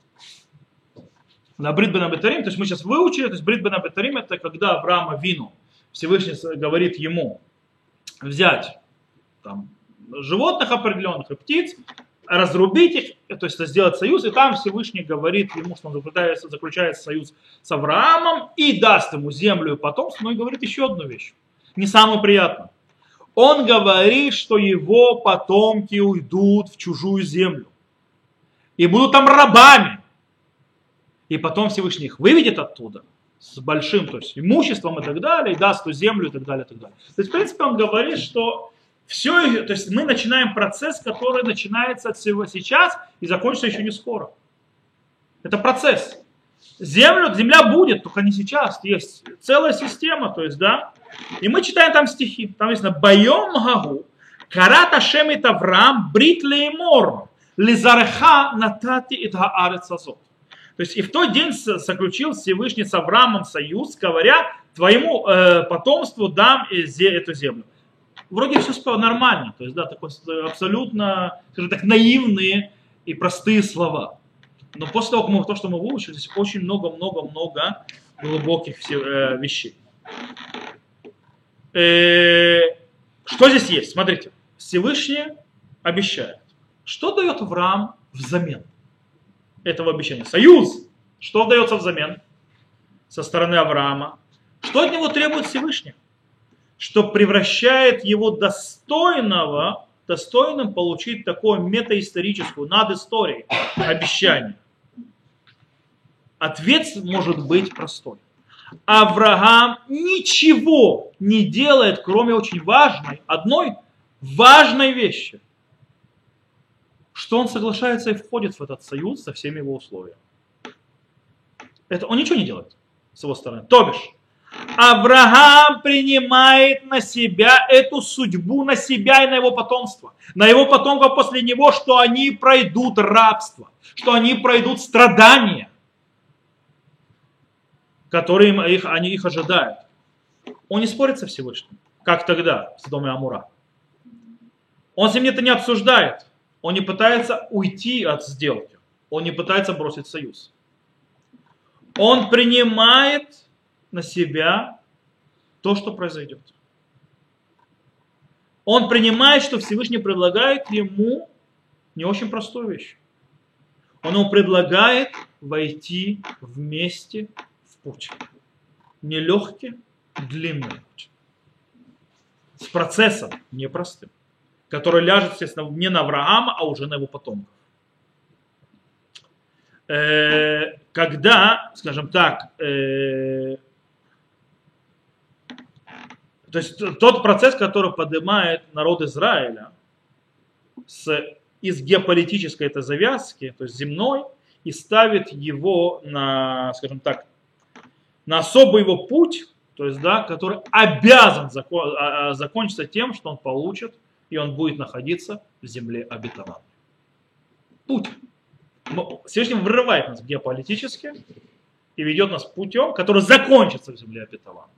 На Брит бен Абитарим, то есть мы сейчас выучили, то есть Брит бен Абитарим это когда Авраам Авину, Всевышний говорит ему взять там, животных определенных и птиц, разрубить их, то есть сделать союз, и там Всевышний говорит ему, что он заключает, заключает союз с Авраамом и даст ему землю и потомство, но и говорит еще одну вещь, не самую приятную. Он говорит, что его потомки уйдут в чужую землю и будут там рабами. И потом Всевышний их выведет оттуда с большим, то есть имуществом и так далее, и даст ту землю и так далее, и так далее. То есть, в принципе, он говорит, что все, то есть мы начинаем процесс, который начинается от всего сейчас и закончится еще не скоро. Это процесс. Землю, земля будет, только не сейчас. Есть целая система, то есть, да. И мы читаем там стихи. Там написано: «Байом гагу, карат Ашем ит Авраам, брит леймор, лизареха натати ит хаарец азот». То есть и в тот день заключил Всевышний с Авраамом союз, говоря, твоему э, потомству дам эту землю. Вроде все нормально, то есть, да, такой абсолютно, скажем так, наивные и простые слова. Но после того, как мы, то, что мы выучили, здесь очень много-много-много глубоких все, э, вещей. Э, что здесь есть? Смотрите, Всевышний обещает. Что дает Авраам взамен этого обещания? Союз. Что дается взамен со стороны Авраама? Что от него требует Всевышний? Что превращает его достойного, достойным получить такое метаисторическую, над историей обещание. Ответ может быть простой. Авраам ничего не делает, кроме очень важной, одной важной вещи, что он соглашается и входит в этот союз со всеми его условиями. Это он ничего не делает с его стороны. То бишь, Авраам принимает на себя эту судьбу, на себя и на его потомство. На его потомков после него, что они пройдут рабство, что они пройдут страдания, которые их, они их ожидают. Он не спорит со Всевышним, как тогда в Содоме и Амура. Он с ним это не обсуждает. Он не пытается уйти от сделки. Он не пытается бросить союз. Он принимает на себя то, что произойдет. Он принимает, что Всевышний предлагает ему не очень простую вещь. Он ему предлагает войти вместе в путь. Нелегкий, длинный путь. С процессом непростым, который ляжет, естественно, не на Авраама, а уже на его потомков. Когда, скажем так, то есть тот процесс, который поднимает народ Израиля с, из геополитической этой завязки, то есть земной, и ставит его на, скажем так, на особый его путь, то есть, да, который обязан закон, закончиться тем, что он получит, и он будет находиться в земле обетованной. Путь. Всевышний вырывает нас геополитически и ведет нас путем, который закончится в земле обетованной.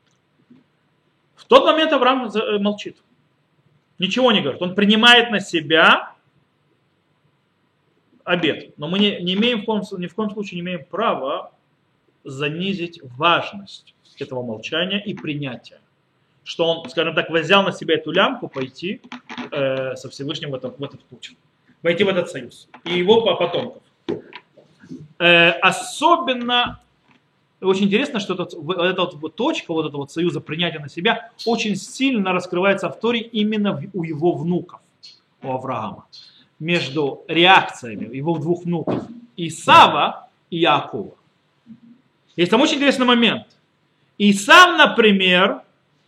В тот момент Авраам молчит. Ничего не говорит. Он принимает на себя обет. Но мы не, не имеем, ни в коем случае не имеем права занизить важность этого молчания и принятия. Что он, скажем так, взял на себя эту лямку пойти э, со Всевышним в этот, в этот путь. Войти в этот союз. И его потомков. Э, особенно очень интересно, что этот, вот эта вот точка вот этого вот союза принятия на себя очень сильно раскрывается в Торе именно у его внуков, у Авраама. Между реакциями его двух внуков, Исава и Яакова. Есть там очень интересный момент. Исав, например,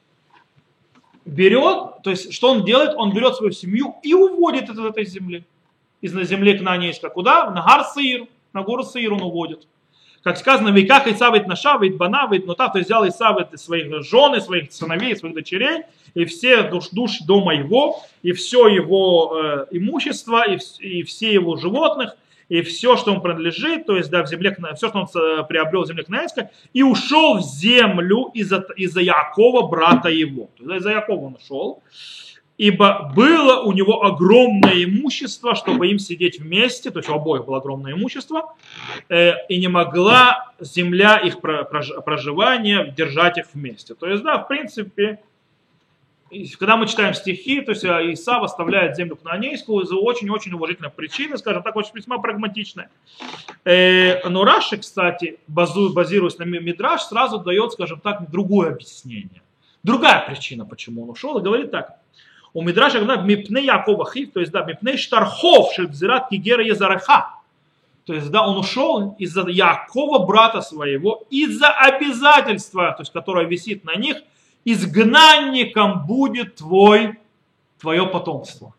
берет, то есть что он делает? Он берет свою семью и уводит из этой земли. Из земли Кнаанейской. Куда? На гор Сеир. На гору Сеир он уводит. Как сказано, в веках Исав ведь наша, ведь бана, ведь нута, то есть взял Исав своих жен, своих сыновей, своих дочерей, и все душ, душ дома его, и все его э, имущество, и, и все его животных, и все, что ему принадлежит, то есть да, в земле, все, что он приобрел в земле Кнаанейской, и ушел в землю из-за, из-за Яакова, брата его. То есть из-за Яакова он ушел. Ибо было у него огромное имущество, чтобы им сидеть вместе, то есть у обоих было огромное имущество, э, и не могла земля их проживания держать их вместе. То есть, да, в принципе, когда мы читаем стихи, то есть Исав оставляет землю Кнаанейскую из-за очень-очень уважительной причины, скажем так, очень весьма прагматичной. Э, но Раши, кстати, базируясь на Мидраш, сразу дает, скажем так, другое объяснение. Другая причина, почему он ушел, и говорит так. У Мидраша говорят, мипней Якова хив, то есть, да, мипней штархов, шельбзират кигера езареха. То есть, да, он ушел из-за Якова, брата своего, из-за обязательства, то есть, которое висит на них, изгнанником будет твой, твое потомство.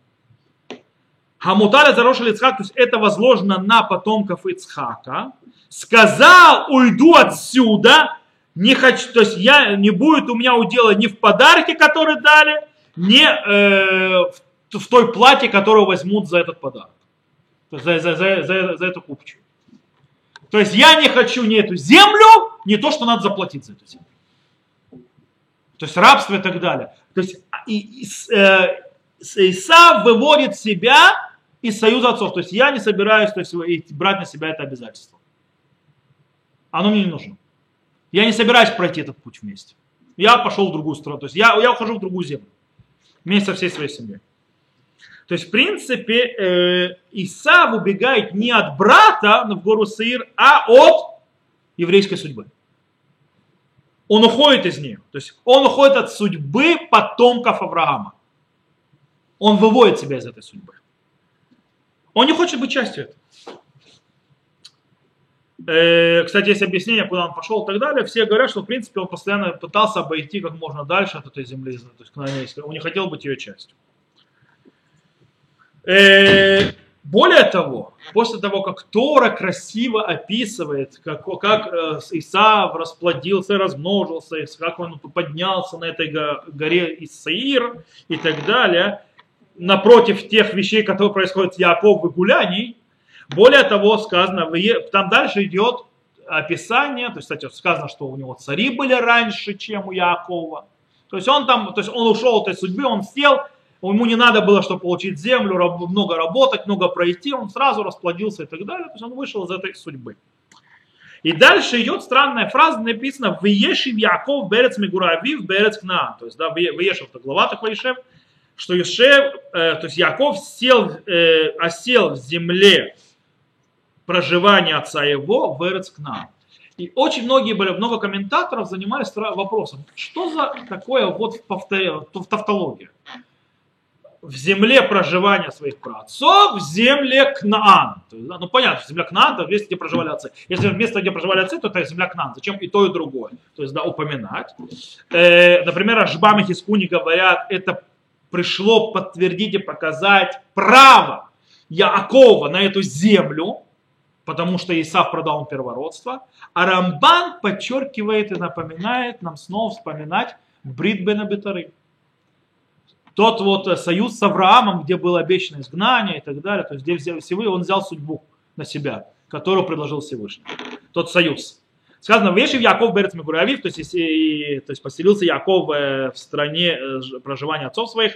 Хамуталя зарошил Ицхак, то есть, это возложено на потомков Ицхака. Сказал, уйду отсюда, не хочу, то есть, я, не будет у меня удела ни в подарке, который дали, не э, в, в той плате, которую возьмут за этот подарок. За, за, за, за, за эту купчу. То есть я не хочу ни эту землю, ни то, что надо заплатить за эту землю. То есть рабство и так далее. То есть и, и, э, Исав выводит себя из союза отцов. То есть я не собираюсь, то есть, брать на себя это обязательство. Оно мне не нужно. Я не собираюсь пройти этот путь вместе. Я пошел в другую сторону. То есть я, я ухожу в другую землю. Вместе со всей своей семьей. То есть, в принципе, э, Исав убегает не от брата в гору Сеир, а от еврейской судьбы. Он уходит из нее. То есть, он уходит от судьбы потомков Авраама. Он выводит себя из этой судьбы. Он не хочет быть частью этого. Э, кстати, есть объяснение, куда он пошел и так далее. Все говорят, что в принципе он постоянно пытался обойти как можно дальше от этой земли, то есть кнаанейской. Он не хотел быть ее частью. Э, более того, после того, как Тора красиво описывает, как, как э, Исав расплодился, размножился, как он поднялся на этой горе Ис-Сеир и так далее, напротив тех вещей, которые происходят с Яаков и гуляний, более того, сказано, там дальше идет описание, то есть, кстати, сказано, что у него цари были раньше, чем у Яакова. То есть он там, то есть он ушел от этой судьбы, он сел, ему не надо было, чтобы получить землю, много работать, много пройти, он сразу расплодился и так далее, то есть он вышел из этой судьбы. И дальше идет странная фраза, написано «Веешив Яаков берец мегуравив берец Кнаан». То есть, да, Веешев, это глава так Ваишев, что Ешев, э, то есть Яаков сел, э, осел в земле проживания отца его в Эрец Кнаан. И очень многие были, много комментаторов занимались вопросом, что за такое вот тавтология? В земле проживания своих праотцов, в земле Кнаан. То есть, да, ну понятно, земля Кнаан, это место, где проживали отцы. Если место, где проживали отцы, то это земля Кнаан. Зачем и то, и другое? То есть, да, упоминать. Э, например, Рашбам и Хискуни говорят, это пришло подтвердить и показать право Яакова на эту землю, потому что Исав продал им первородство. А Рамбан подчеркивает и напоминает нам снова вспоминать Брит бен Абитары. Тот вот союз с Авраамом, где было обещано изгнание и так далее. То есть здесь Всевышний, он взял судьбу на себя, которую предложил Всевышний. Тот союз. Сказано, Вешив Яаков берет Мегуравив, то есть, и, то есть поселился Яаков в стране проживания отцов своих.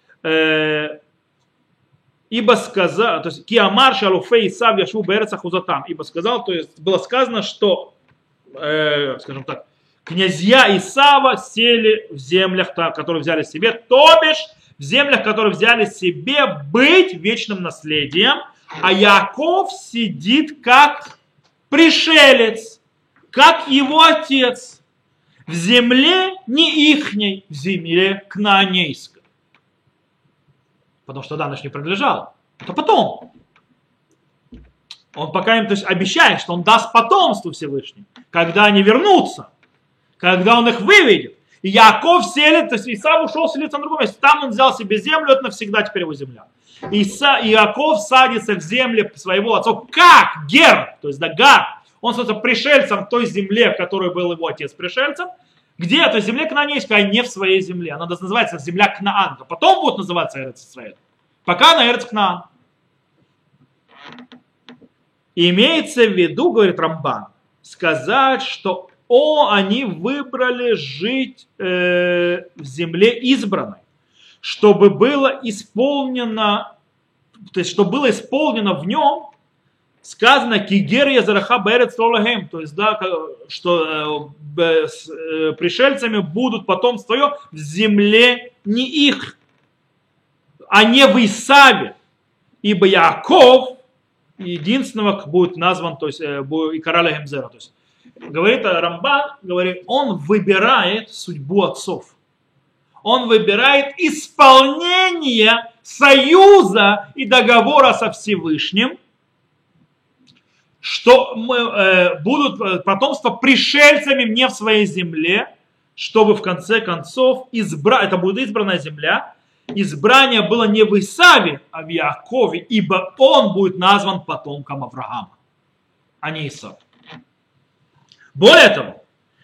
Ибо сказал, то есть Киамар Шалуфей Исав Яшу Береца Хузатам. Ибо сказал, то есть было сказано, что, э, скажем так, князья Исава сели в землях, которые взяли себе, то бишь в землях, которые взяли себе быть вечным наследием, а Яаков сидит как пришелец, как его отец, в земле не ихней, в земле кнаанейской. Потому что тогда она же не принадлежала. Это потом. Он пока им, то есть, обещает, что он даст потомство Всевышнему, когда они вернутся, когда он их выведет. И Яаков селит, то есть Исав ушел селиться на другом месте. Там он взял себе землю, это навсегда теперь его земля. Иса, Иаков садится в земле своего отца, как Гер, то есть да, Гар. Он становится пришельцем в той земле, в которой был его отец пришельцем. Где это? Земля кнаанейская, а не в своей земле. Она называется земля Кнаан. А потом будет называться Эрец Исраэль. Пока на Эрец Кнаан. Имеется в виду, говорит Рамбан, сказать, что о, они выбрали жить э, в земле избранной, чтобы было исполнено, то есть, чтобы было исполнено в нем, сказано «Кигер язараха бэрец толагем», то есть, да, что э, с, э, пришельцами будут потомство твое в земле не их, а не в Исаве, ибо Яаков единственного будет назван, то есть, э, и короля Гемзера, то есть, говорит Рамбан, говорит, он выбирает судьбу отцов. Он выбирает исполнение союза и договора со Всевышним, что мы, э, будут потомство пришельцами не в своей земле, чтобы в конце концов избрать, это будет избранная земля, избрание было не в Исаве, а в Яакове, ибо он будет назван потомком Авраама, а не Исав. Более того,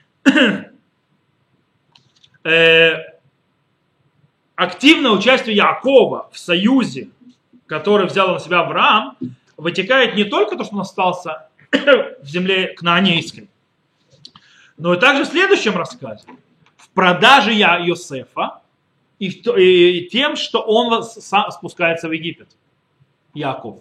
э, активное участие Яакова в союзе, который взял на себя Авраам, вытекает не только то, что он остался в земле кнаанейской, но и также в следующем рассказе. В продаже Йосефа и, и тем, что он спускается в Египет. Яаков.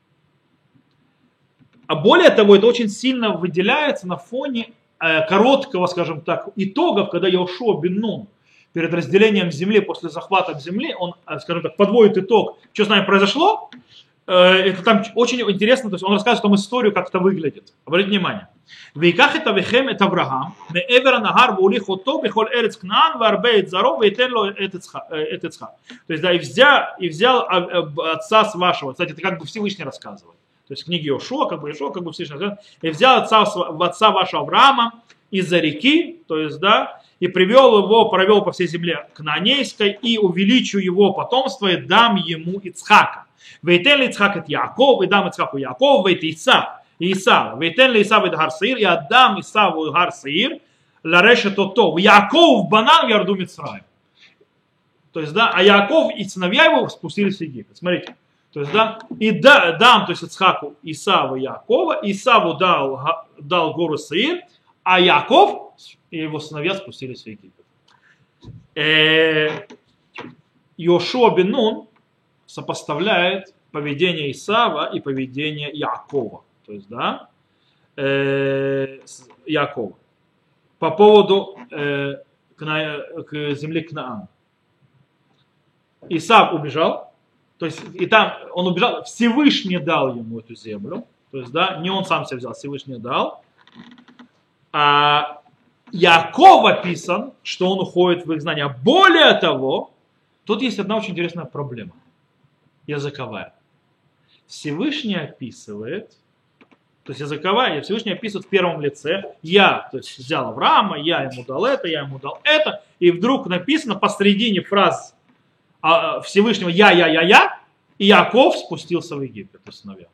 А более того, это очень сильно выделяется на фоне э, короткого, скажем так, итогов, когда Йошуа бен Нун перед разделением земли, после захвата земли, он, скажем так, подводит итог, что с нами произошло. Это там очень интересно, то есть он рассказывает там историю, как это выглядит. Обратите внимание. Вейках это вехем это Авраам, меэвер нагар вулих ото бихоль эрец Кнаан варбе эт заро вейтен ло эт Ицхак. То есть да, и взял, и взял отца с вашего. Кстати, это как бы Всевышний рассказывает. То есть книги Иошуа, как бы Иошуа, как бы Всевышний сказал, и взял отца, отца вашего Авраама из-за реки, то есть, да, и привел его, провел по всей земле кнаанейской, и увеличу его потомство, и дам ему Ицхака. Вейтен ли Ицхак от Яков, и дам Ицхаку Яков, вейт Иса, Иса, вейтен ли Иса вейт Гар-Сеир, и отдам Исаву Гар-Сеир, ларешет то, Яков банан в Ярду Мицраим. То есть, да, а Яков и сыновья его спустились в Египет. Смотрите. То есть, да, и да, дам, то есть, Ицхаку Исаву Якова, Исаву дал, дал гору Сеир, а Яков и его сыновья спустились в Египет. Йошуа бен Нун сопоставляет поведение Исава и поведение Якова. То есть, да, э, Якова. По поводу э, к, к земле Кнаан. Исав убежал, то есть и там он убежал, Всевышний дал ему эту землю, то есть, да, не он сам себя взял, Всевышний дал. А Яков описан, что он уходит в их знания. Более того, тут есть одна очень интересная проблема, языковая. Всевышний описывает, то есть языковая, Всевышний описывает в первом лице, я, то есть взял Авраама, я ему дал это, я ему дал это, и вдруг написано посредине фраз Всевышнего я, я, я, я, и Яков спустился в Египет, и сыновья.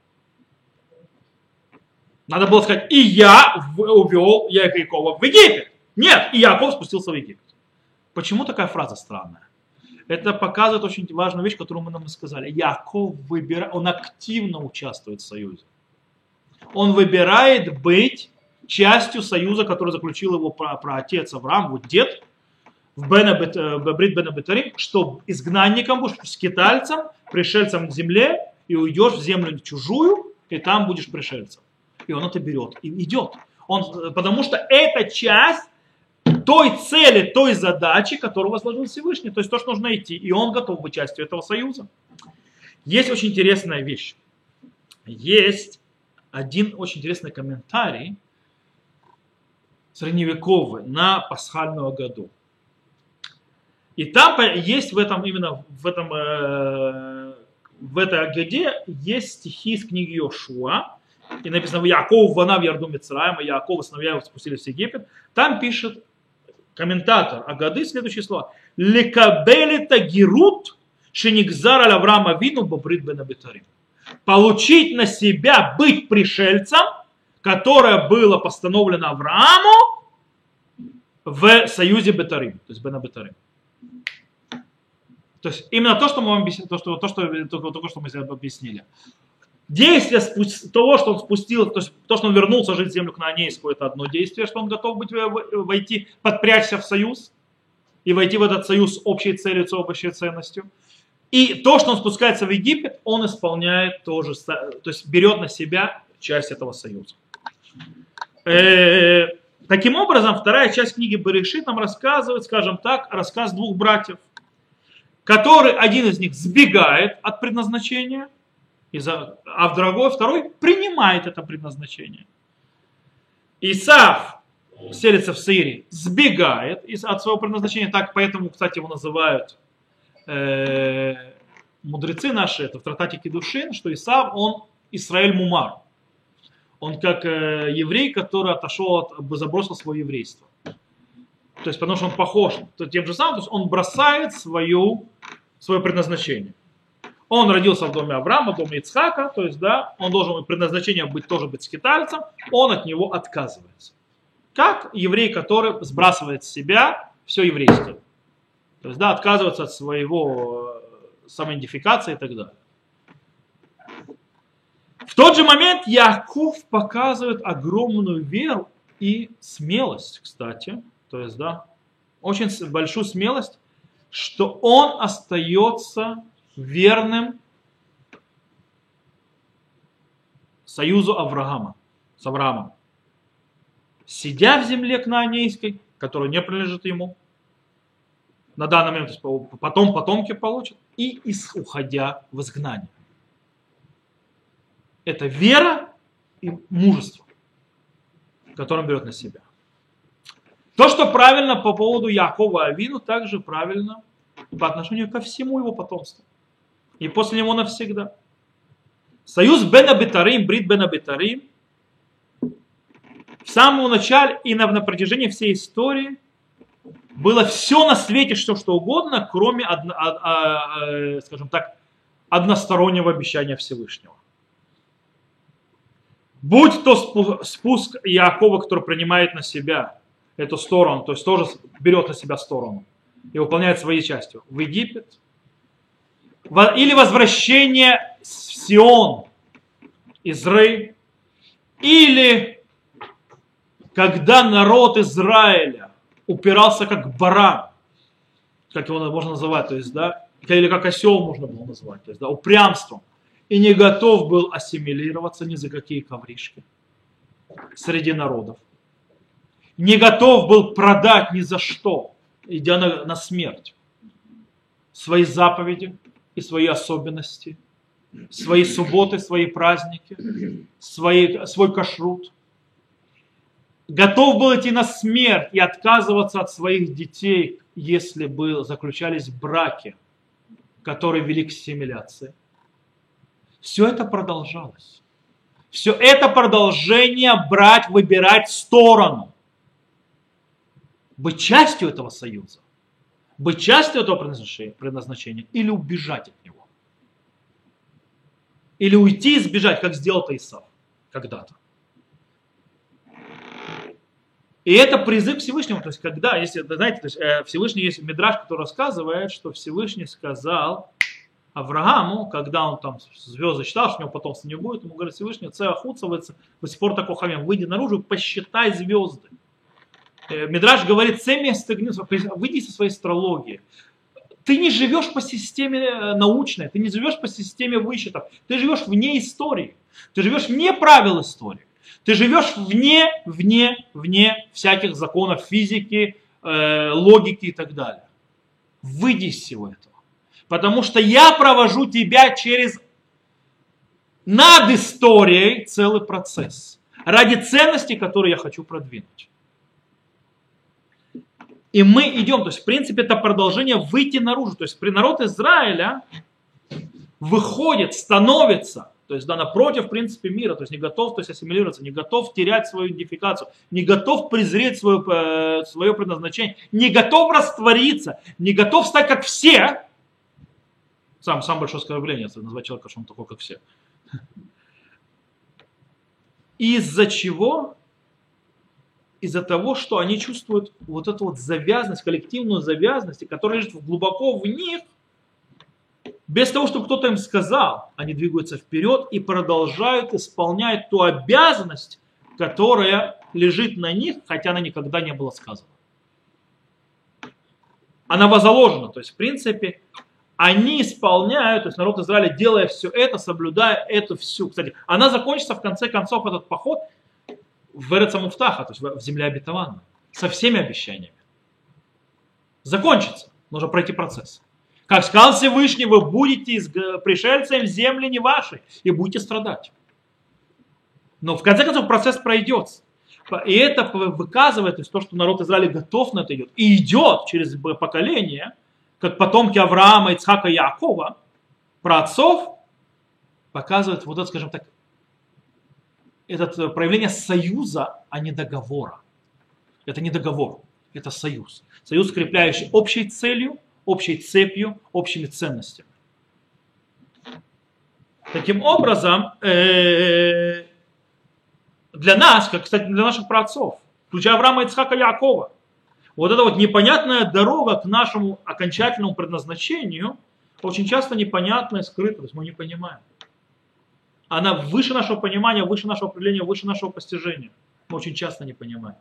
Надо было сказать, и я увел Якова в Египет. Нет, и Яков спустился в Египет. Почему такая фраза странная? Это показывает очень важную вещь, которую мы нам сказали. Яков выбирает, он активно участвует в союзе. Он выбирает быть частью союза, который заключил его праотец Авраам, вот дед, в Брит бен Абитарим, что изгнанником будешь, скитальцем, пришельцем к земле, и уйдешь в землю чужую, и там будешь пришельцем. И он это берет и идет. Он, потому что это часть той цели, той задачи, которую возложил Всевышний. То есть то, что нужно идти. И он готов быть частью этого союза. Есть очень интересная вещь. Есть один очень интересный комментарий средневековый на пасхальную году. И там есть в этом, именно в этом, э, в этой агаде есть стихи из книги Йошуа. И написано, Яков вана в Ярду Мицраим, и Яков и сыновья его спустились в Египет. Там пишет комментатор агады следующие слова. Лекабелита гирут шенигзар аль Авраама вину бабрит бен Абитарим. Получить на себя быть пришельцем, которое было постановлено Аврааму в союзе Бетарим, то есть бен Абитарим. То есть именно то, что мы вам объяснили, то, что, то, что, то, то, что мы объяснили. Действие того, что он спустил, то есть то, что он вернулся жить в землю кнаанейскую, это одно действие, что он готов быть, войти, подпрячься в союз и войти в этот союз с общей целью, с общей ценностью. И то, что он спускается в Египет, он исполняет тоже, то есть берет на себя часть этого союза. Э-э- таким образом, вторая часть книги Берешит нам рассказывает, скажем так, рассказ двух братьев, который один из них сбегает от предназначения, а в другой, второй принимает это предназначение. Исав селится в Сеире, сбегает от своего предназначения, так поэтому, кстати, его называют э, мудрецы наши, это в трактате Кидушин, что Исав, он Исраэль Мумар. Он как э, еврей, который отошел, от, забросил свое еврейство. То есть, потому что он похож тем же самым, то есть он бросает свою, свое предназначение. Он родился в доме Авраама, в доме Ицхака, то есть, да, он должен предназначение быть тоже быть скитальцем, он от него отказывается. Как еврей, который сбрасывает с себя все еврейство. То есть, да, отказывается от своего самоидентификации и так далее. В тот же момент Яков показывает огромную веру и смелость, кстати, то есть, да, очень большую смелость, что он остается верным союзу Авраама, с Авраамом. Сидя в земле кнаанейской, которая не принадлежит ему, на данный момент, то есть потом потомки получат, и уходя в изгнание. Это вера и мужество, которое он берет на себя. То, что правильно по поводу Якова Авину, также правильно по отношению ко всему его потомству. И после него навсегда. Союз Бен Абитарим, Брит Бен Абитарим, в самом начале и на, на протяжении всей истории было все на свете, все что угодно, кроме, одно, а, а, а, скажем так, одностороннего обещания Всевышнего. Будь то спуск Иакова, который принимает на себя эту сторону, то есть тоже берет на себя сторону и выполняет своей частью в Египет, или возвращение в Сион из Ры, или когда народ Израиля упирался как баран, как его можно называть, то есть, да, или как осел можно было назвать, то есть, да, упрямством, и не готов был ассимилироваться ни за какие ковришки среди народов. Не готов был продать ни за что, идя на, на смерть, свои заповеди и свои особенности, свои субботы, свои праздники, свои, свой кашрут. Готов был идти на смерть и отказываться от своих детей, если бы заключались браки, которые вели к ассимиляции. Все это продолжалось. Все это продолжение брать, выбирать сторону. Быть частью этого союза. Быть частью этого предназначения или убежать от него. Или уйти и сбежать, как сделал Исав когда-то. И это призыв Всевышнего. То есть, когда, если, знаете, то есть, Всевышний есть мидраш, который рассказывает, что Всевышний сказал Аврааму, когда он там звезды считал, что у него потомства не будет, ему говорит Всевышний, цеахуца, спорта кохамем, выйди наружу и посчитай звезды. Мидраш говорит, выйди со своей астрологии. Ты не живешь по системе научной, ты не живешь по системе высчетов, ты живешь вне истории, ты живешь вне правил истории, ты живешь вне, вне, вне всяких законов физики, э, логики и так далее. Выйди из всего этого, потому что я провожу тебя через над историей целый процесс, ради ценностей, которые я хочу продвинуть. И мы идем, то есть в принципе это продолжение выйти наружу. То есть народ Израиля выходит, становится, то есть да, напротив в принципе мира, то есть не готов то есть, ассимилироваться, не готов терять свою идентификацию, не готов презреть свое, свое предназначение, не готов раствориться, не готов стать как все. Сам, самое большое оскорбление, если назвать человека, что он такой как все. Из-за чего? Из-за того, что они чувствуют вот эту вот завязанность, коллективную завязанность, которая лежит глубоко в них, без того, чтобы кто-то им сказал, они двигаются вперед и продолжают исполнять ту обязанность, которая лежит на них, хотя она никогда не была сказана. Она возложена, то есть в принципе они исполняют, то есть народ Израиля, делая все это, соблюдая эту всю, кстати, она закончится в конце концов, этот поход, в Эрец Муфтаха, то есть в земле обетованной, со всеми обещаниями. Закончится. Нужно пройти процесс. Как сказал Всевышний, вы будете пришельцами в земле не вашей и будете страдать. Но в конце концов процесс пройдет. И это выказывает, то есть то, что народ Израиля готов на это идет. И идет через поколение, как потомки Авраама, Ицхака и Яакова, праотцов, показывает вот это, скажем так, это проявление союза, а не договора. Это не договор, это союз. Союз, скрепляющий общей целью, общей цепью, общими ценностями. Таким образом, для нас, как, кстати, для наших праотцов, включая Авраама, Ицхака и Яакова, вот эта вот непонятная дорога к нашему окончательному предназначению очень часто непонятна и скрыта, то есть мы не понимаем. Она выше нашего понимания, выше нашего определения, выше нашего постижения. Мы очень часто не понимаем.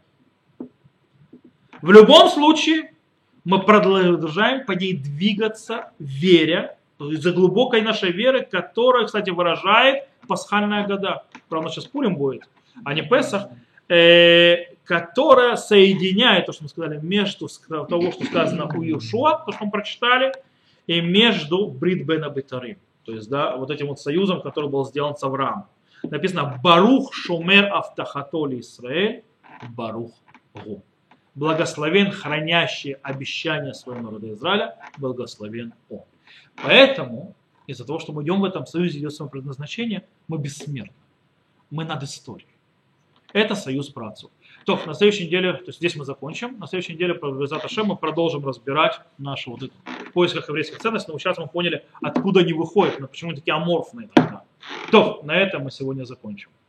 В любом случае, мы продолжаем по ней двигаться, веря, из-за глубокой нашей веры, которая, кстати, выражает пасхальная года. Правда, сейчас Пурим будет, а не Песах, э, которая соединяет, то, что мы сказали, между того, что сказано у Иешуа, то, что мы прочитали, и между Брит Бен Абитарим. То есть, да, вот этим вот союзом, который был сделан с Авраамом. Написано «Барух шумер автахато ли Исраэль, барух гу». Благословен, хранящий обещания своего народа Израиля, благословен он. Поэтому Из-за того, что мы идем в этом союзе, идет свое предназначение, мы бессмертны. Мы над историей. Это союз праотцов. То, на следующей неделе, то есть здесь мы закончим, на следующей неделе Безат Ашем мы продолжим разбирать наши вот это, в поисках еврейских ценностей, но сейчас мы поняли, откуда они выходят, почему они такие аморфные тогда. То, на этом мы сегодня закончим.